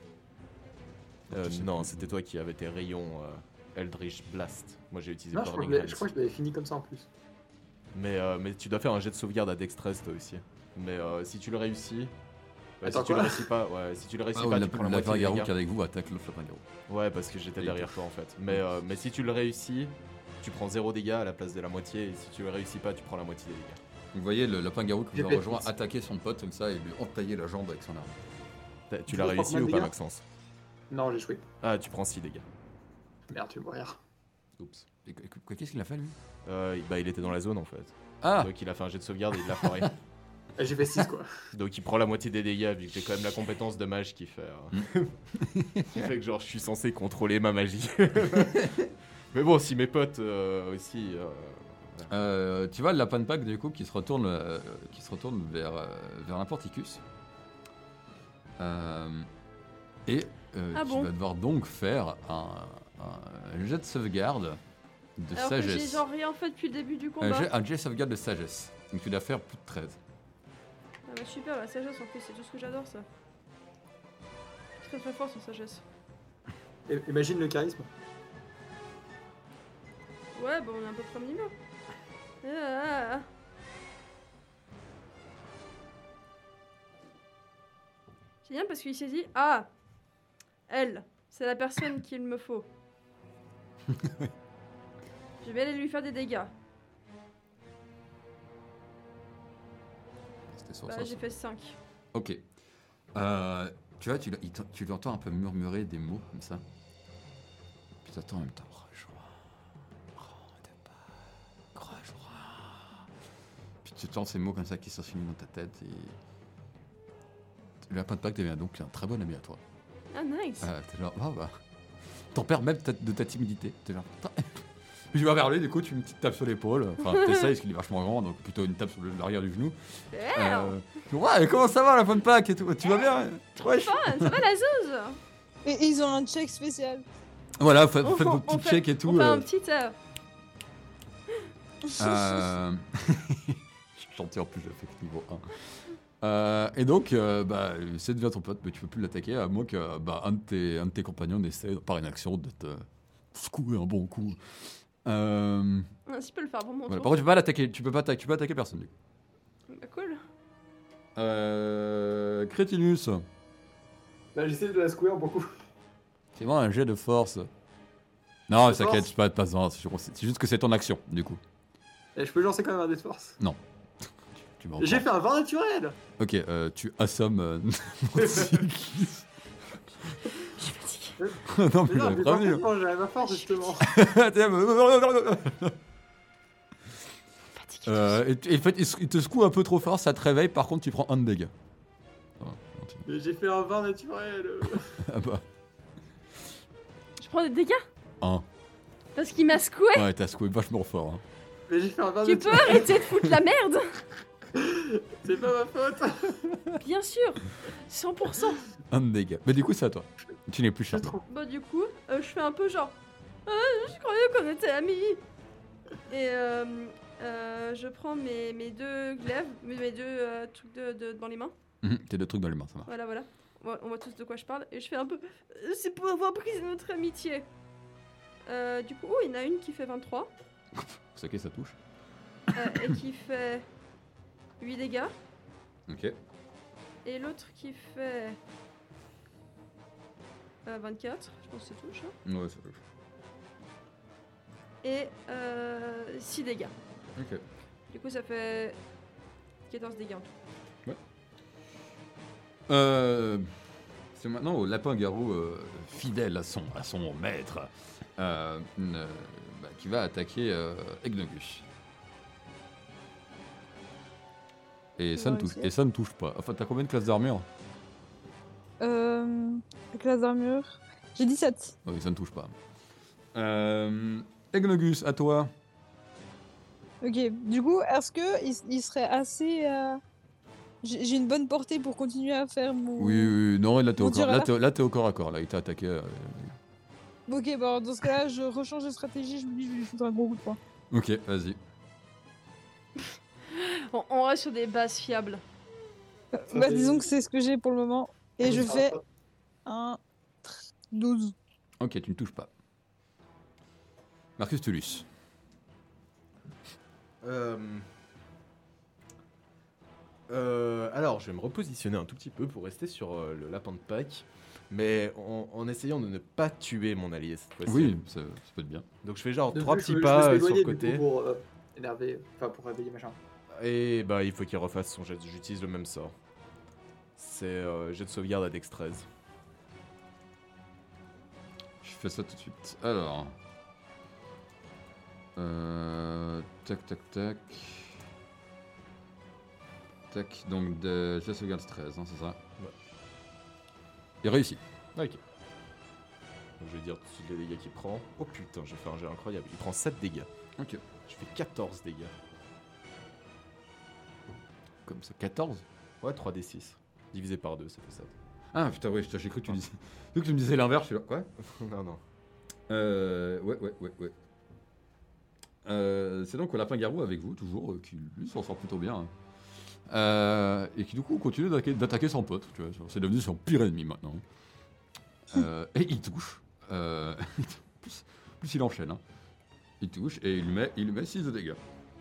Non, c'était toi qui avais tes rayons Eldritch Blast. Moi j'ai utilisé Non, je crois, Burning je crois que je l'avais fini comme ça en plus. Mais tu dois faire un jet de sauvegarde à Dex 13 toi aussi. Mais si tu le réussis. Attends, si tu le quoi réussis pas, ouais, si tu le réussis Ah, pas, ouais, tu prends la la moitié des lapin-garou dégâts. qui est avec vous attaque le lapin-garou. Ouais, parce que j'étais Et derrière toi en fait. Mais si tu le réussis, tu prends 0 dégâts à la place de la moitié. Et si tu le réussis pas, tu prends la moitié des dégâts. Vous voyez le lapin-garou qui J'ai vous a fait rejoint 10. attaquer son pote comme ça et lui entailler la jambe avec son arme. Tu l'as veux réussi prendre ou combien pas, de Maxence? Non, j'ai joué. Ah, tu prends 6 dégâts. Merde, tu vais mourir. Oups. Et qu'est-ce qu'il a fait lui? Bah, il était dans la zone en fait. Ah Donc il a fait un jet de sauvegarde et il l'a foiré. J'ai fait 6 quoi. Donc il prend la moitié des dégâts vu que j'ai quand même la compétence de mage qui fait, qui fait que genre je suis censé contrôler ma magie. Mais bon, si mes potes aussi. tu vois le lapin de Pâques du coup qui se retourne vers un porticus. Et Ah tu bon vas devoir donc faire un jet de sauvegarde de Alors que j'ai sagesse. genre rien fait depuis le début du Un combat. jet de sauvegarde de sagesse. Donc tu dois faire plus de 13. Ah bah super, la sagesse en plus, c'est tout ce que j'adore ça. Très très fort en sagesse. Imagine le charisme. Ouais, bah on est un peu premier niveau. Ah. C'est bien parce qu'il s'est dit, ah, elle, c'est la personne qu'il me faut. Je vais aller lui faire des dégâts. C'était sur Bah ça. j'ai fait 5. Ok. Tu vois, tu l'entends un peu murmurer des mots comme ça. Puis t'entends en même temps. Puis tu entends ces mots comme ça qui s'enchaînent dans ta tête et. Le lapin de Pâques devient donc un très bon ami à toi. Ah nice. T'es genre, ah bah. T'en perds même de ta timidité. T'es genre, putain. Puis je vais vers lui, du coup, tu me tapes sur l'épaule. Enfin, t'essayes parce qu'il est vachement grand, donc plutôt une tape sur l'arrière du genou. Ouais, comment ça va, la fin de Pâques et tout? Tu vas bien? Ouais, Fun, ça va la zouze. Et ils ont un check spécial. Voilà, faites On vos fait- on petits fait- checks et tout. On fait un petit... Chanter en plus, j'affecte niveau 1. Et donc, bah, c'est devient ton pote, mais tu peux plus l'attaquer à moins que bah, un de tes compagnons essaie par une action de te secouer un bon coup. Si je peux le faire pour mon Voilà. tour. Par contre, tu peux pas l'attaquer, tu peux attaquer personne. Du coup. Bah, cool. Crétinus, Bah, j'essaie de la secouer beaucoup. c'est vraiment un jet de force. Non, De t'inquiète, force pas besoin, c'est juste que c'est ton action, du coup. Et je peux lancer quand même un dé de force. Tu m'en J'ai prends. fait un 20 naturel. Ok, tu assommes. Je suis fatiguée. Non, mais Mais non, j'avais mais prévenu. parfaitement, j'avais ma force justement. Fatiguée. Et en fait, il te secoue un peu trop fort, ça te réveille, par contre, tu prends un de dégâts. Voilà, continue. Mais j'ai fait un 20 naturel. Ah bah, Je prends des dégâts un. parce qu'il m'a secoué. Ouais, t'as secoué vachement fort. Hein. Mais j'ai fait un 20 Tu peux naturel. arrêter de foutre la merde. C'est pas ma faute. Bien sûr. 100%. Un de dégâts. Mais du coup, c'est à toi. Tu n'es plus Je charmé. trouve. Bah du coup, je fais un peu genre... je croyais qu'on était amis. Et je prends mes deux glaives, mes deux trucs dans les mains. T'as deux trucs dans les mains, ça marche. Voilà. On voit tous de quoi je parle. Et je fais un peu... c'est pour avoir pris notre amitié. Du coup, il y en a une qui fait 23. C'est ok, ça touche. Et qui fait 8 dégâts. Ok. Et l'autre qui fait 24. Je pense que ça touche. Hein. Ouais, ça touche. Et 6 dégâts. Ok. Du coup, ça fait 14 dégâts en tout. C'est maintenant au lapin-garou fidèle à son maître qui va attaquer Egnogus. Et ça, ne touche pas. Enfin, t'as combien de classes d'armure? La classe d'armure. J'ai 17. Oui, ça ne touche pas. Egnogus, à toi. Ok, du coup, est-ce que il serait assez. J'ai une bonne portée pour continuer à faire mon. Oui, non, là t'es Mon au corps, tireur. là, t'es au corps à corps. Là, il t'a attaqué. Ok, bon, dans ce cas-là, je rechange de stratégie, je me dis, je vais lui foutre un gros coup de poing. Ok, vas-y. On reste sur des bases fiables. Bah, disons que c'est ce que j'ai pour le moment. Et je Ça fais va un 12. Ok, tu ne touches pas. Marcus Tullius. Alors, je vais me repositionner un tout petit peu pour rester sur le lapin de Pâques, mais en essayant de ne pas tuer mon allié cette fois-ci. Oui, ça peut être bien. Donc je fais genre De 3 plus, petits je pas vais sur le m'éloigner, du côté. coup, pour énerver, enfin pour réveiller machin. Et bah il faut qu'il refasse son jet. J'utilise le même sort. C'est jet de sauvegarde à Dex 13. Je fais ça tout de suite. Alors. Tac, tac, tac. Tac, donc de jet sauvegarde 13, hein, c'est ça? Ouais. Il réussit. Ok. Donc, je vais dire tout de suite les dégâts qu'il prend. Oh putain, j'ai fait un jet incroyable. Il prend 7 dégâts. Ok. Je fais 14 dégâts. Comme ça, 14? Ouais, 3d6. Divisé par 2, ça fait 7. Ah putain, oui, j'ai cru que tu disais. J'ai cru que tu me disais l'inverse, je suis là. Quoi? Non, non. Ouais. C'est donc au lapin-garou avec vous, toujours, qui lui s'en sort plutôt bien. Et qui du coup continue d'attaquer son pote. Tu vois, c'est devenu son pire ennemi maintenant. Et il touche. Plus il enchaîne. Hein. Il touche et il lui met 6 de dégâts.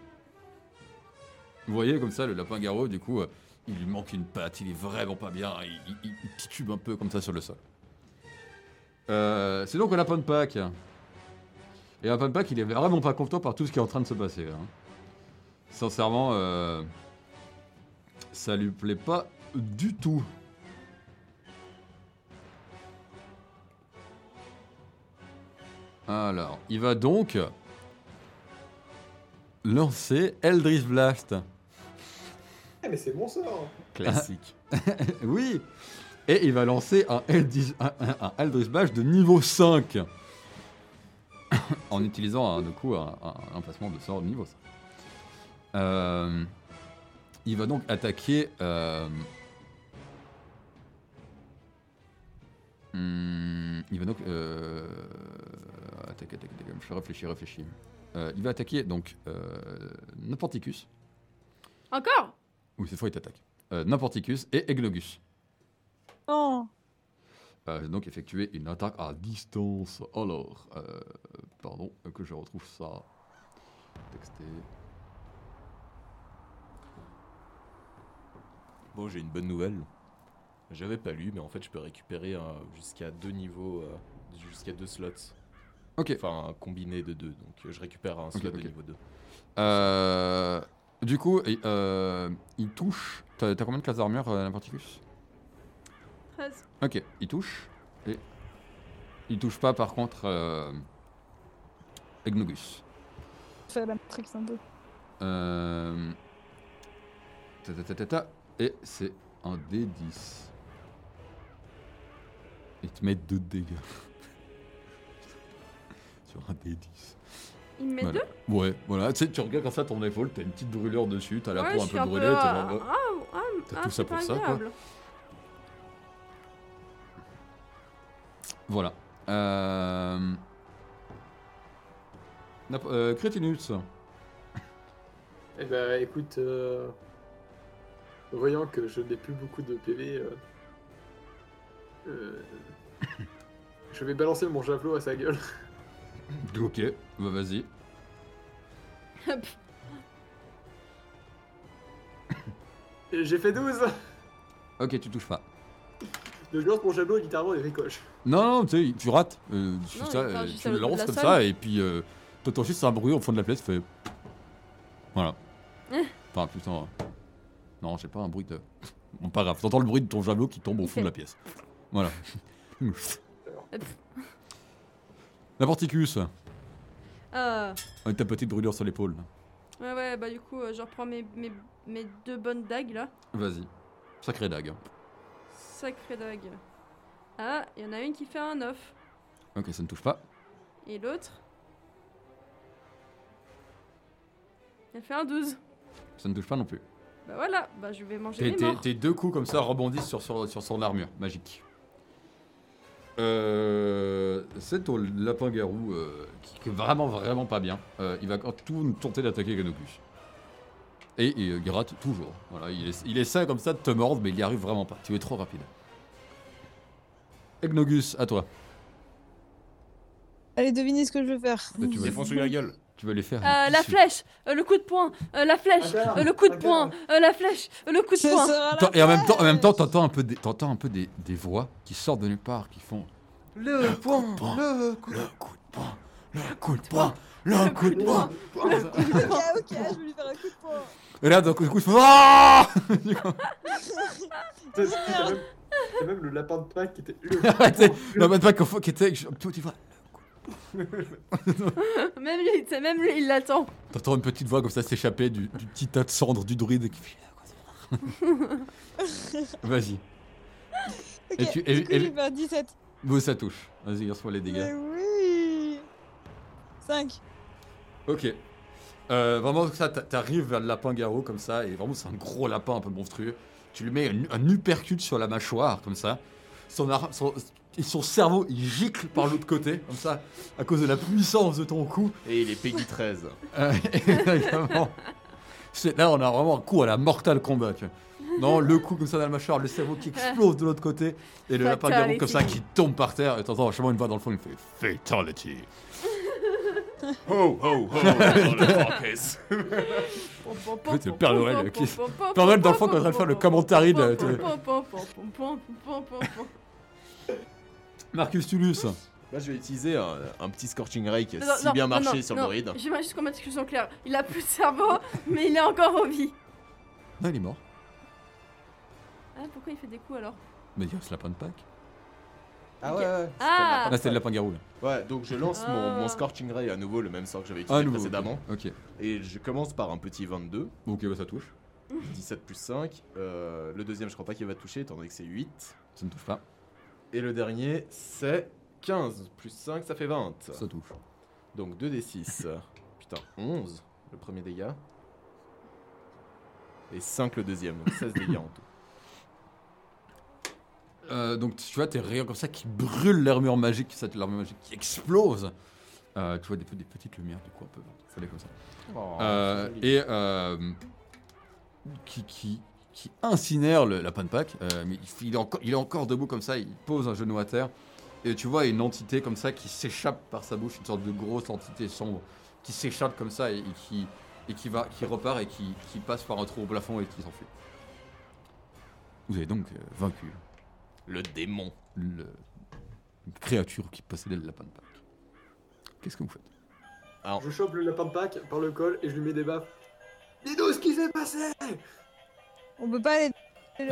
Vous voyez comme ça le lapin-garou, du coup, il lui manque une patte, il est vraiment pas bien, il titube un peu comme ça sur le sol. C'est donc au lapin de Pâques. Et lapin de Pâques, il est vraiment pas content par tout ce qui est en train de se passer. Là, hein. Sincèrement, ça lui plaît pas du tout. Alors, il va donc lancer Eldritch Blast. Eh, mais c'est bon sort. Classique. Oui. Et il va lancer un Eldritch Blast de niveau 5. En utilisant du coup un emplacement de sort de niveau 5. Il va donc attaquer... il va donc... attaquer, je réfléchis. Il va attaquer donc Naporticus. Encore? Oui, cette fois il t'attaque. Naporticus et Egnogus. Oh, Donc effectuer une attaque à distance. Alors, pardon, que je retrouve ça. Texté. Bon, j'ai une bonne nouvelle. J'avais pas lu, mais en fait, je peux récupérer jusqu'à 2 niveaux, jusqu'à 2 slots. Ok. Enfin, un combiné de 2. Donc, je récupère un slot de niveau 2. Du coup, il touche. T'as combien de classes d'armure, Naporticus? 13. Ok, il touche. Et il touche pas par contre Egnogus. faire la Matrix un peu. Et c'est un D10. Il te met 2 dégâts. Sur un D10. Il me met Voilà. 2? Ouais, voilà. Tu sais, tu regardes comme ça ton épaule, t'as une petite brûlure dessus, t'as la peau je un suis peu brûlée. T'as Ah, tout ça c'est pour pas ça, quoi. agréable. Voilà. Crétinus. Eh ben écoute, voyant que je n'ai plus beaucoup de PV, je vais balancer mon javelot à sa gueule. Ok, bah vas-y. Et j'ai fait 12. Ok, tu touches pas. Je lance mon javelot et littéralement il ricoche. Non, tu sais, tu rates. il part juste Tu à le l'autre bout de lances la comme salle. ça, et puis t'entends juste un bruit au fond de la pièce, fait. Voilà. Enfin, putain. Non, j'ai pas un bruit de. Bon, pas grave, t'entends le bruit de ton javelot qui tombe au fond de la pièce. Voilà. Naporticus, Ah, avec ta petite brûlure sur l'épaule. ouais, bah du coup, je reprends mes 2 bonnes dagues là. Vas-y. Sacré dague. Sacrée dague. Ah, il y en a une qui fait un 9. Ok, ça ne touche pas. Et l'autre, elle fait un 12. Ça ne touche pas non plus. Bah voilà, bah je vais manger mes morts. Tes 2 coups comme ça rebondissent sur son armure magique. C'est au lapin-garou qui est vraiment pas bien. Il va tout tenter d'attaquer Ganogus. Et il rate toujours. Voilà, il essaie comme ça de te mordre, mais il n'y arrive vraiment pas. Tu es trop rapide. Egnogus, à toi. Allez, devinez ce que je veux faire. Tu veux, Défonce-lui la gueule. tu veux les faire La flèche, le coup de poing, la flèche, Regarde, le coup de regarde. poing, la flèche, le coup de Ce poing. sera la Et en même temps, flèche. t'entends un peu des voix qui sortent de nulle part, qui font Le point. le coup de poing, le coup de poing, le coup de poing. Ok, je vais lui faire un coup de poing. Et là, d'un coup, je fais Ah T'as même le lapin de Pâques qui était. Non, même pas qui était. Tu vois, Même lui, il l'attend. t'entends une petite voix comme ça s'échapper du petit tas de cendres du druide qui fait. Vas-y. Ok, Et tu- du coup, je vais faire 17. Bon, ça touche. Vas-y, reçois les dégâts. Mais oui 5. Ok. Vraiment, ça, t'arrives vers le lapin-garou comme ça, et vraiment, c'est un gros lapin un peu monstrueux. Tu lui mets un uppercut sur la mâchoire, comme ça. Son cerveau, il gicle par l'autre côté, comme ça, à cause de la puissance de ton coup. Et il est Peggy 13. Exactement. Là, on a vraiment un coup à la Mortal Kombat. Tu vois. Non, le coup comme ça dans la mâchoire, le cerveau qui explose de l'autre côté, et le lapin-garou comme ça qui tombe par terre, et t'entends vachement une voix dans le fond, il fait Fatality. Ho, ho, ho, motherfuckers. C'est le Père Noël qui- Père Noël, dans le fond, quand on est en train de faire le commentary de- Marcus Tullius. Moi, je vais utiliser un petit Scorching Ray qui a Non, si non, bien non, marché non, sur non. le druide. J'aimerais juste qu'on mette quelque chose en clair. Il a plus de cerveau, mais il est encore en vie. Non, il est mort. Ah, pourquoi il fait des coups alors? Mais il y a ce lapin de Pâques. Ah ouais. Ah. Là, c'est le lapin-garou. Là. Ouais, donc je lance mon Ah. Scorching Ray à nouveau, le même sort que j'avais Ah, utilisé nouveau. précédemment. Ok. Et je commence par un petit 22, Ok, bah, ça touche. 17 plus 5. Le deuxième, je crois pas qu'il va toucher, étant donné que c'est 8. Ça ne touche pas. Et le dernier, c'est 15 plus 5, ça fait 20. Ça touche. Donc 2d6. Putain, 11 le premier dégât. Et 5 le deuxième, donc 16 dégâts en tout. Donc tu vois tes rayons comme ça qui brûlent l'armure magique, cette armure magique qui explose. Tu vois des petites lumières du coup un peu fallait comme ça. Qui incinère le lapin de Pâques. Mais il est encore debout comme ça, il pose un genou à terre. Et tu vois une entité comme ça qui s'échappe par sa bouche, une sorte de grosse entité sombre qui s'échappe comme ça et qui repart et qui passe par un trou au plafond et qui s'enfuit. Vous avez donc vaincu Le démon. une créature qui possédait le lapin de Pâques. Qu'est-ce que vous faites? Je chope le lapin de Pâques par le col et je lui mets des baffes. Dis-nous ce qui s'est passé. On peut pas aller.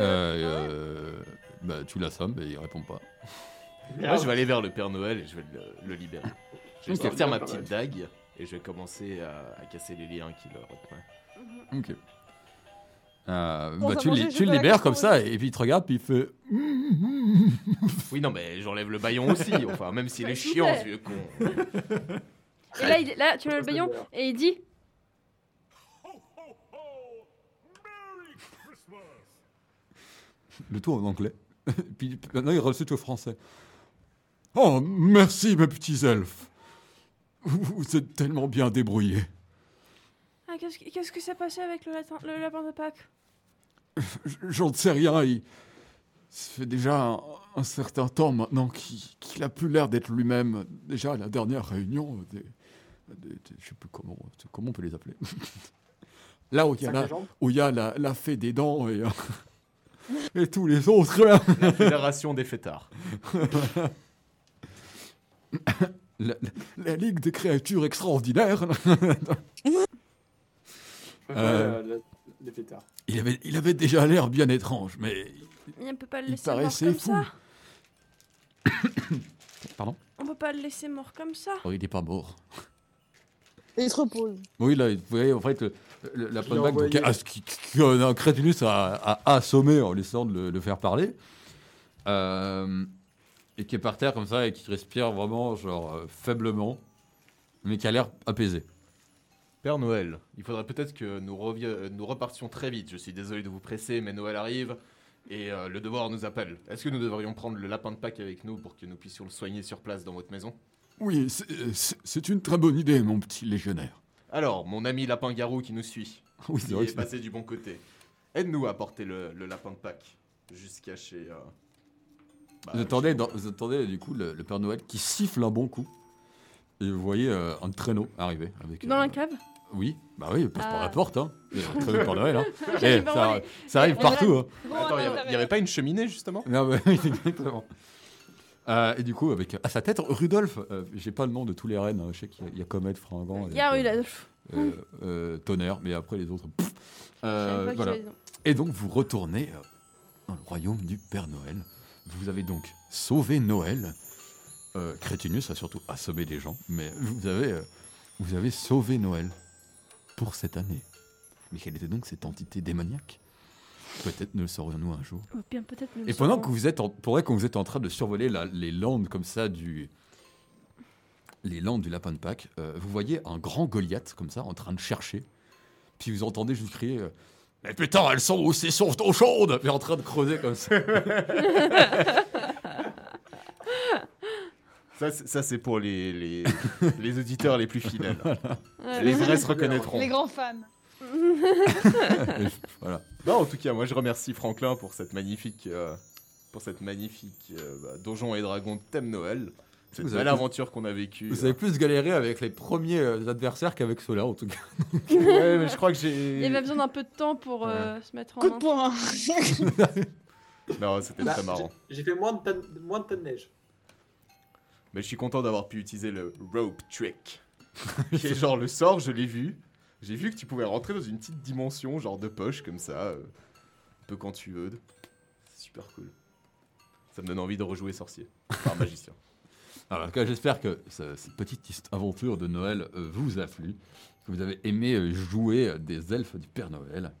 Bah, tu l'assommes et il répond pas. Moi, je vais aller vers le Père Noël et je vais le libérer. Je vais Ok. sortir ma petite dague et je vais commencer à casser les liens qui le retenaient. Ok. Bon, Bah, ça tu mangeait, le je fais la libères comme question, ça et puis il te regarde puis il fait. Oui, non, mais j'enlève le baillon aussi. Enfin, même s'il Bah, est tout chiant, fait. ce vieux con. Et là, tu vois le baillon et il dit Ho, ho, ho! Merry Christmas! Le tout en anglais. Puis maintenant il reçoit au français. Oh, merci mes petits elfes. Vous êtes tellement bien débrouillés. Ah, qu'est-ce qui s'est passé avec le lapin de Pâques? J'en sais rien. Ça fait déjà un certain temps maintenant qu'il a plus l'air d'être lui-même. Déjà à la dernière réunion, je sais plus comment on peut les appeler. Là où il y a la fée des dents et tous les autres. Là. La fédération des fêtards. La ligue des créatures extraordinaires. Les pétards. Il avait déjà l'air bien étrange, mais On peut pas le il laisser mort paraissait comme fou. ça. Pardon? On peut pas le laisser mort comme ça. Oh, il n'est pas mort. Et il se repose. Oui, là, vous voyez, en fait, la Je l'ai Pac envoyé. Crétinus a assommé en essayant de le faire parler. Et qui est par terre comme ça et qui respire vraiment, genre, faiblement, mais qui a l'air apaisé. Père Noël, il faudrait peut-être que nous repartions très vite. Je suis désolé de vous presser, mais Noël arrive et le devoir nous appelle. Est-ce que nous devrions prendre le lapin de Pâques avec nous pour que nous puissions le soigner sur place dans votre maison? Oui, c'est une très bonne idée, mon petit légionnaire. Alors, mon ami lapin-garou qui nous suit, Oui, qui est passé du bon côté, aide-nous à porter le lapin de Pâques jusqu'à chez... Vous attendez du coup le Père Noël qui siffle un bon coup. Et vous voyez un traîneau arriver. Avec, Dans la cave. Oui, bah oui, il passe par la Ah. porte. Hein. Et un traîneau Père Noël. Hein. J'ai Eh, pas ça, envie. ça arrive On partout. Hein. Attends, il n'y avait pas une cheminée justement? Non, mais oui, exactement. Et du coup, avec à sa tête, Rudolph, j'ai pas le nom de tous les rennes, hein, je sais qu'il y a Comet, Fringant, Il y a Rudolph. Tonnerre, mais après les autres. pff. Je savais pas qu'il Voilà. avait des noms. Et donc vous retournez dans le royaume du Père Noël. Vous avez donc sauvé Noël. Crétinus a surtout assommé des gens, mais vous avez sauvé Noël pour cette année. Mais quelle était donc cette entité démoniaque? Peut-être ne le saurions-nous un jour. Oh, bien, peut-être nous le Et pendant saurons. que vous êtes en train de survoler les landes comme ça les landes du lapin de Pâques, vous voyez un grand Goliath comme ça en train de chercher. Puis vous entendez juste crier mais putain, elles sont aussi sources d'eau chaude! Et en train de creuser comme ça. Ça c'est pour les auditeurs les plus fidèles. Ouais, Les mais- vrais se reconnaîtront. Les grands fans. Et voilà. Non, en tout cas, moi je remercie Franklin pour cette magnifique Donjons et Dragons thème Noël. Cette Vous belle avez- aventure qu'on a vécue. Vous avez plus galéré avec les premiers adversaires qu'avec ceux-là, en tout cas. Ouais, mais je crois que Il y avait j'ai. besoin d'un peu de temps pour se mettre en Coup de main. poing. Non, c'était Bah, très marrant. J'ai fait moins de tas de neige. Mais je suis content d'avoir pu utiliser le rope trick. Qui est genre le sort, je l'ai vu. J'ai vu que tu pouvais rentrer dans une petite dimension, genre de poche comme ça, un peu quand tu veux. C'est super cool. Ça me donne envie de rejouer sorcier. Enfin, magicien. Alors, en tout cas, j'espère que cette petite aventure de Noël vous a plu, que vous avez aimé jouer des elfes du Père Noël.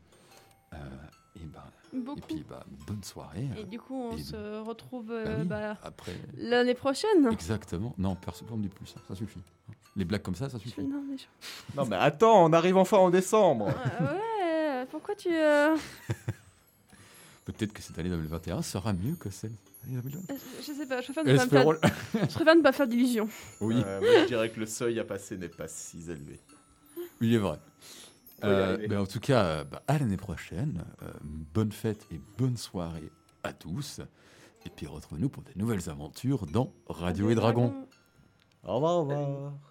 Et Beaucoup. puis, bonne soirée. Et du coup, on Et- se retrouve Bah oui, après. l'année prochaine. Exactement. Non, personne ne dit plus, ça suffit. Les blagues comme ça suffit. Non, mais Non, mais attends, on arrive enfin en décembre. ouais, pourquoi tu... Peut-être que cette année 2021 sera mieux que celle d'année 2020. Je sais pas, je préfère ne pas me faire... Espérons. Je préfère ne pas faire d'illusions. Oui, Moi, je dirais que le seuil à passer n'est pas si élevé. il est vrai. Faut y arriver. Mais en tout cas, à l'année prochaine. Bonne fête et bonne soirée à tous. Et puis retrouvez-nous pour des nouvelles aventures dans Radio et Dragon. Au revoir, au revoir.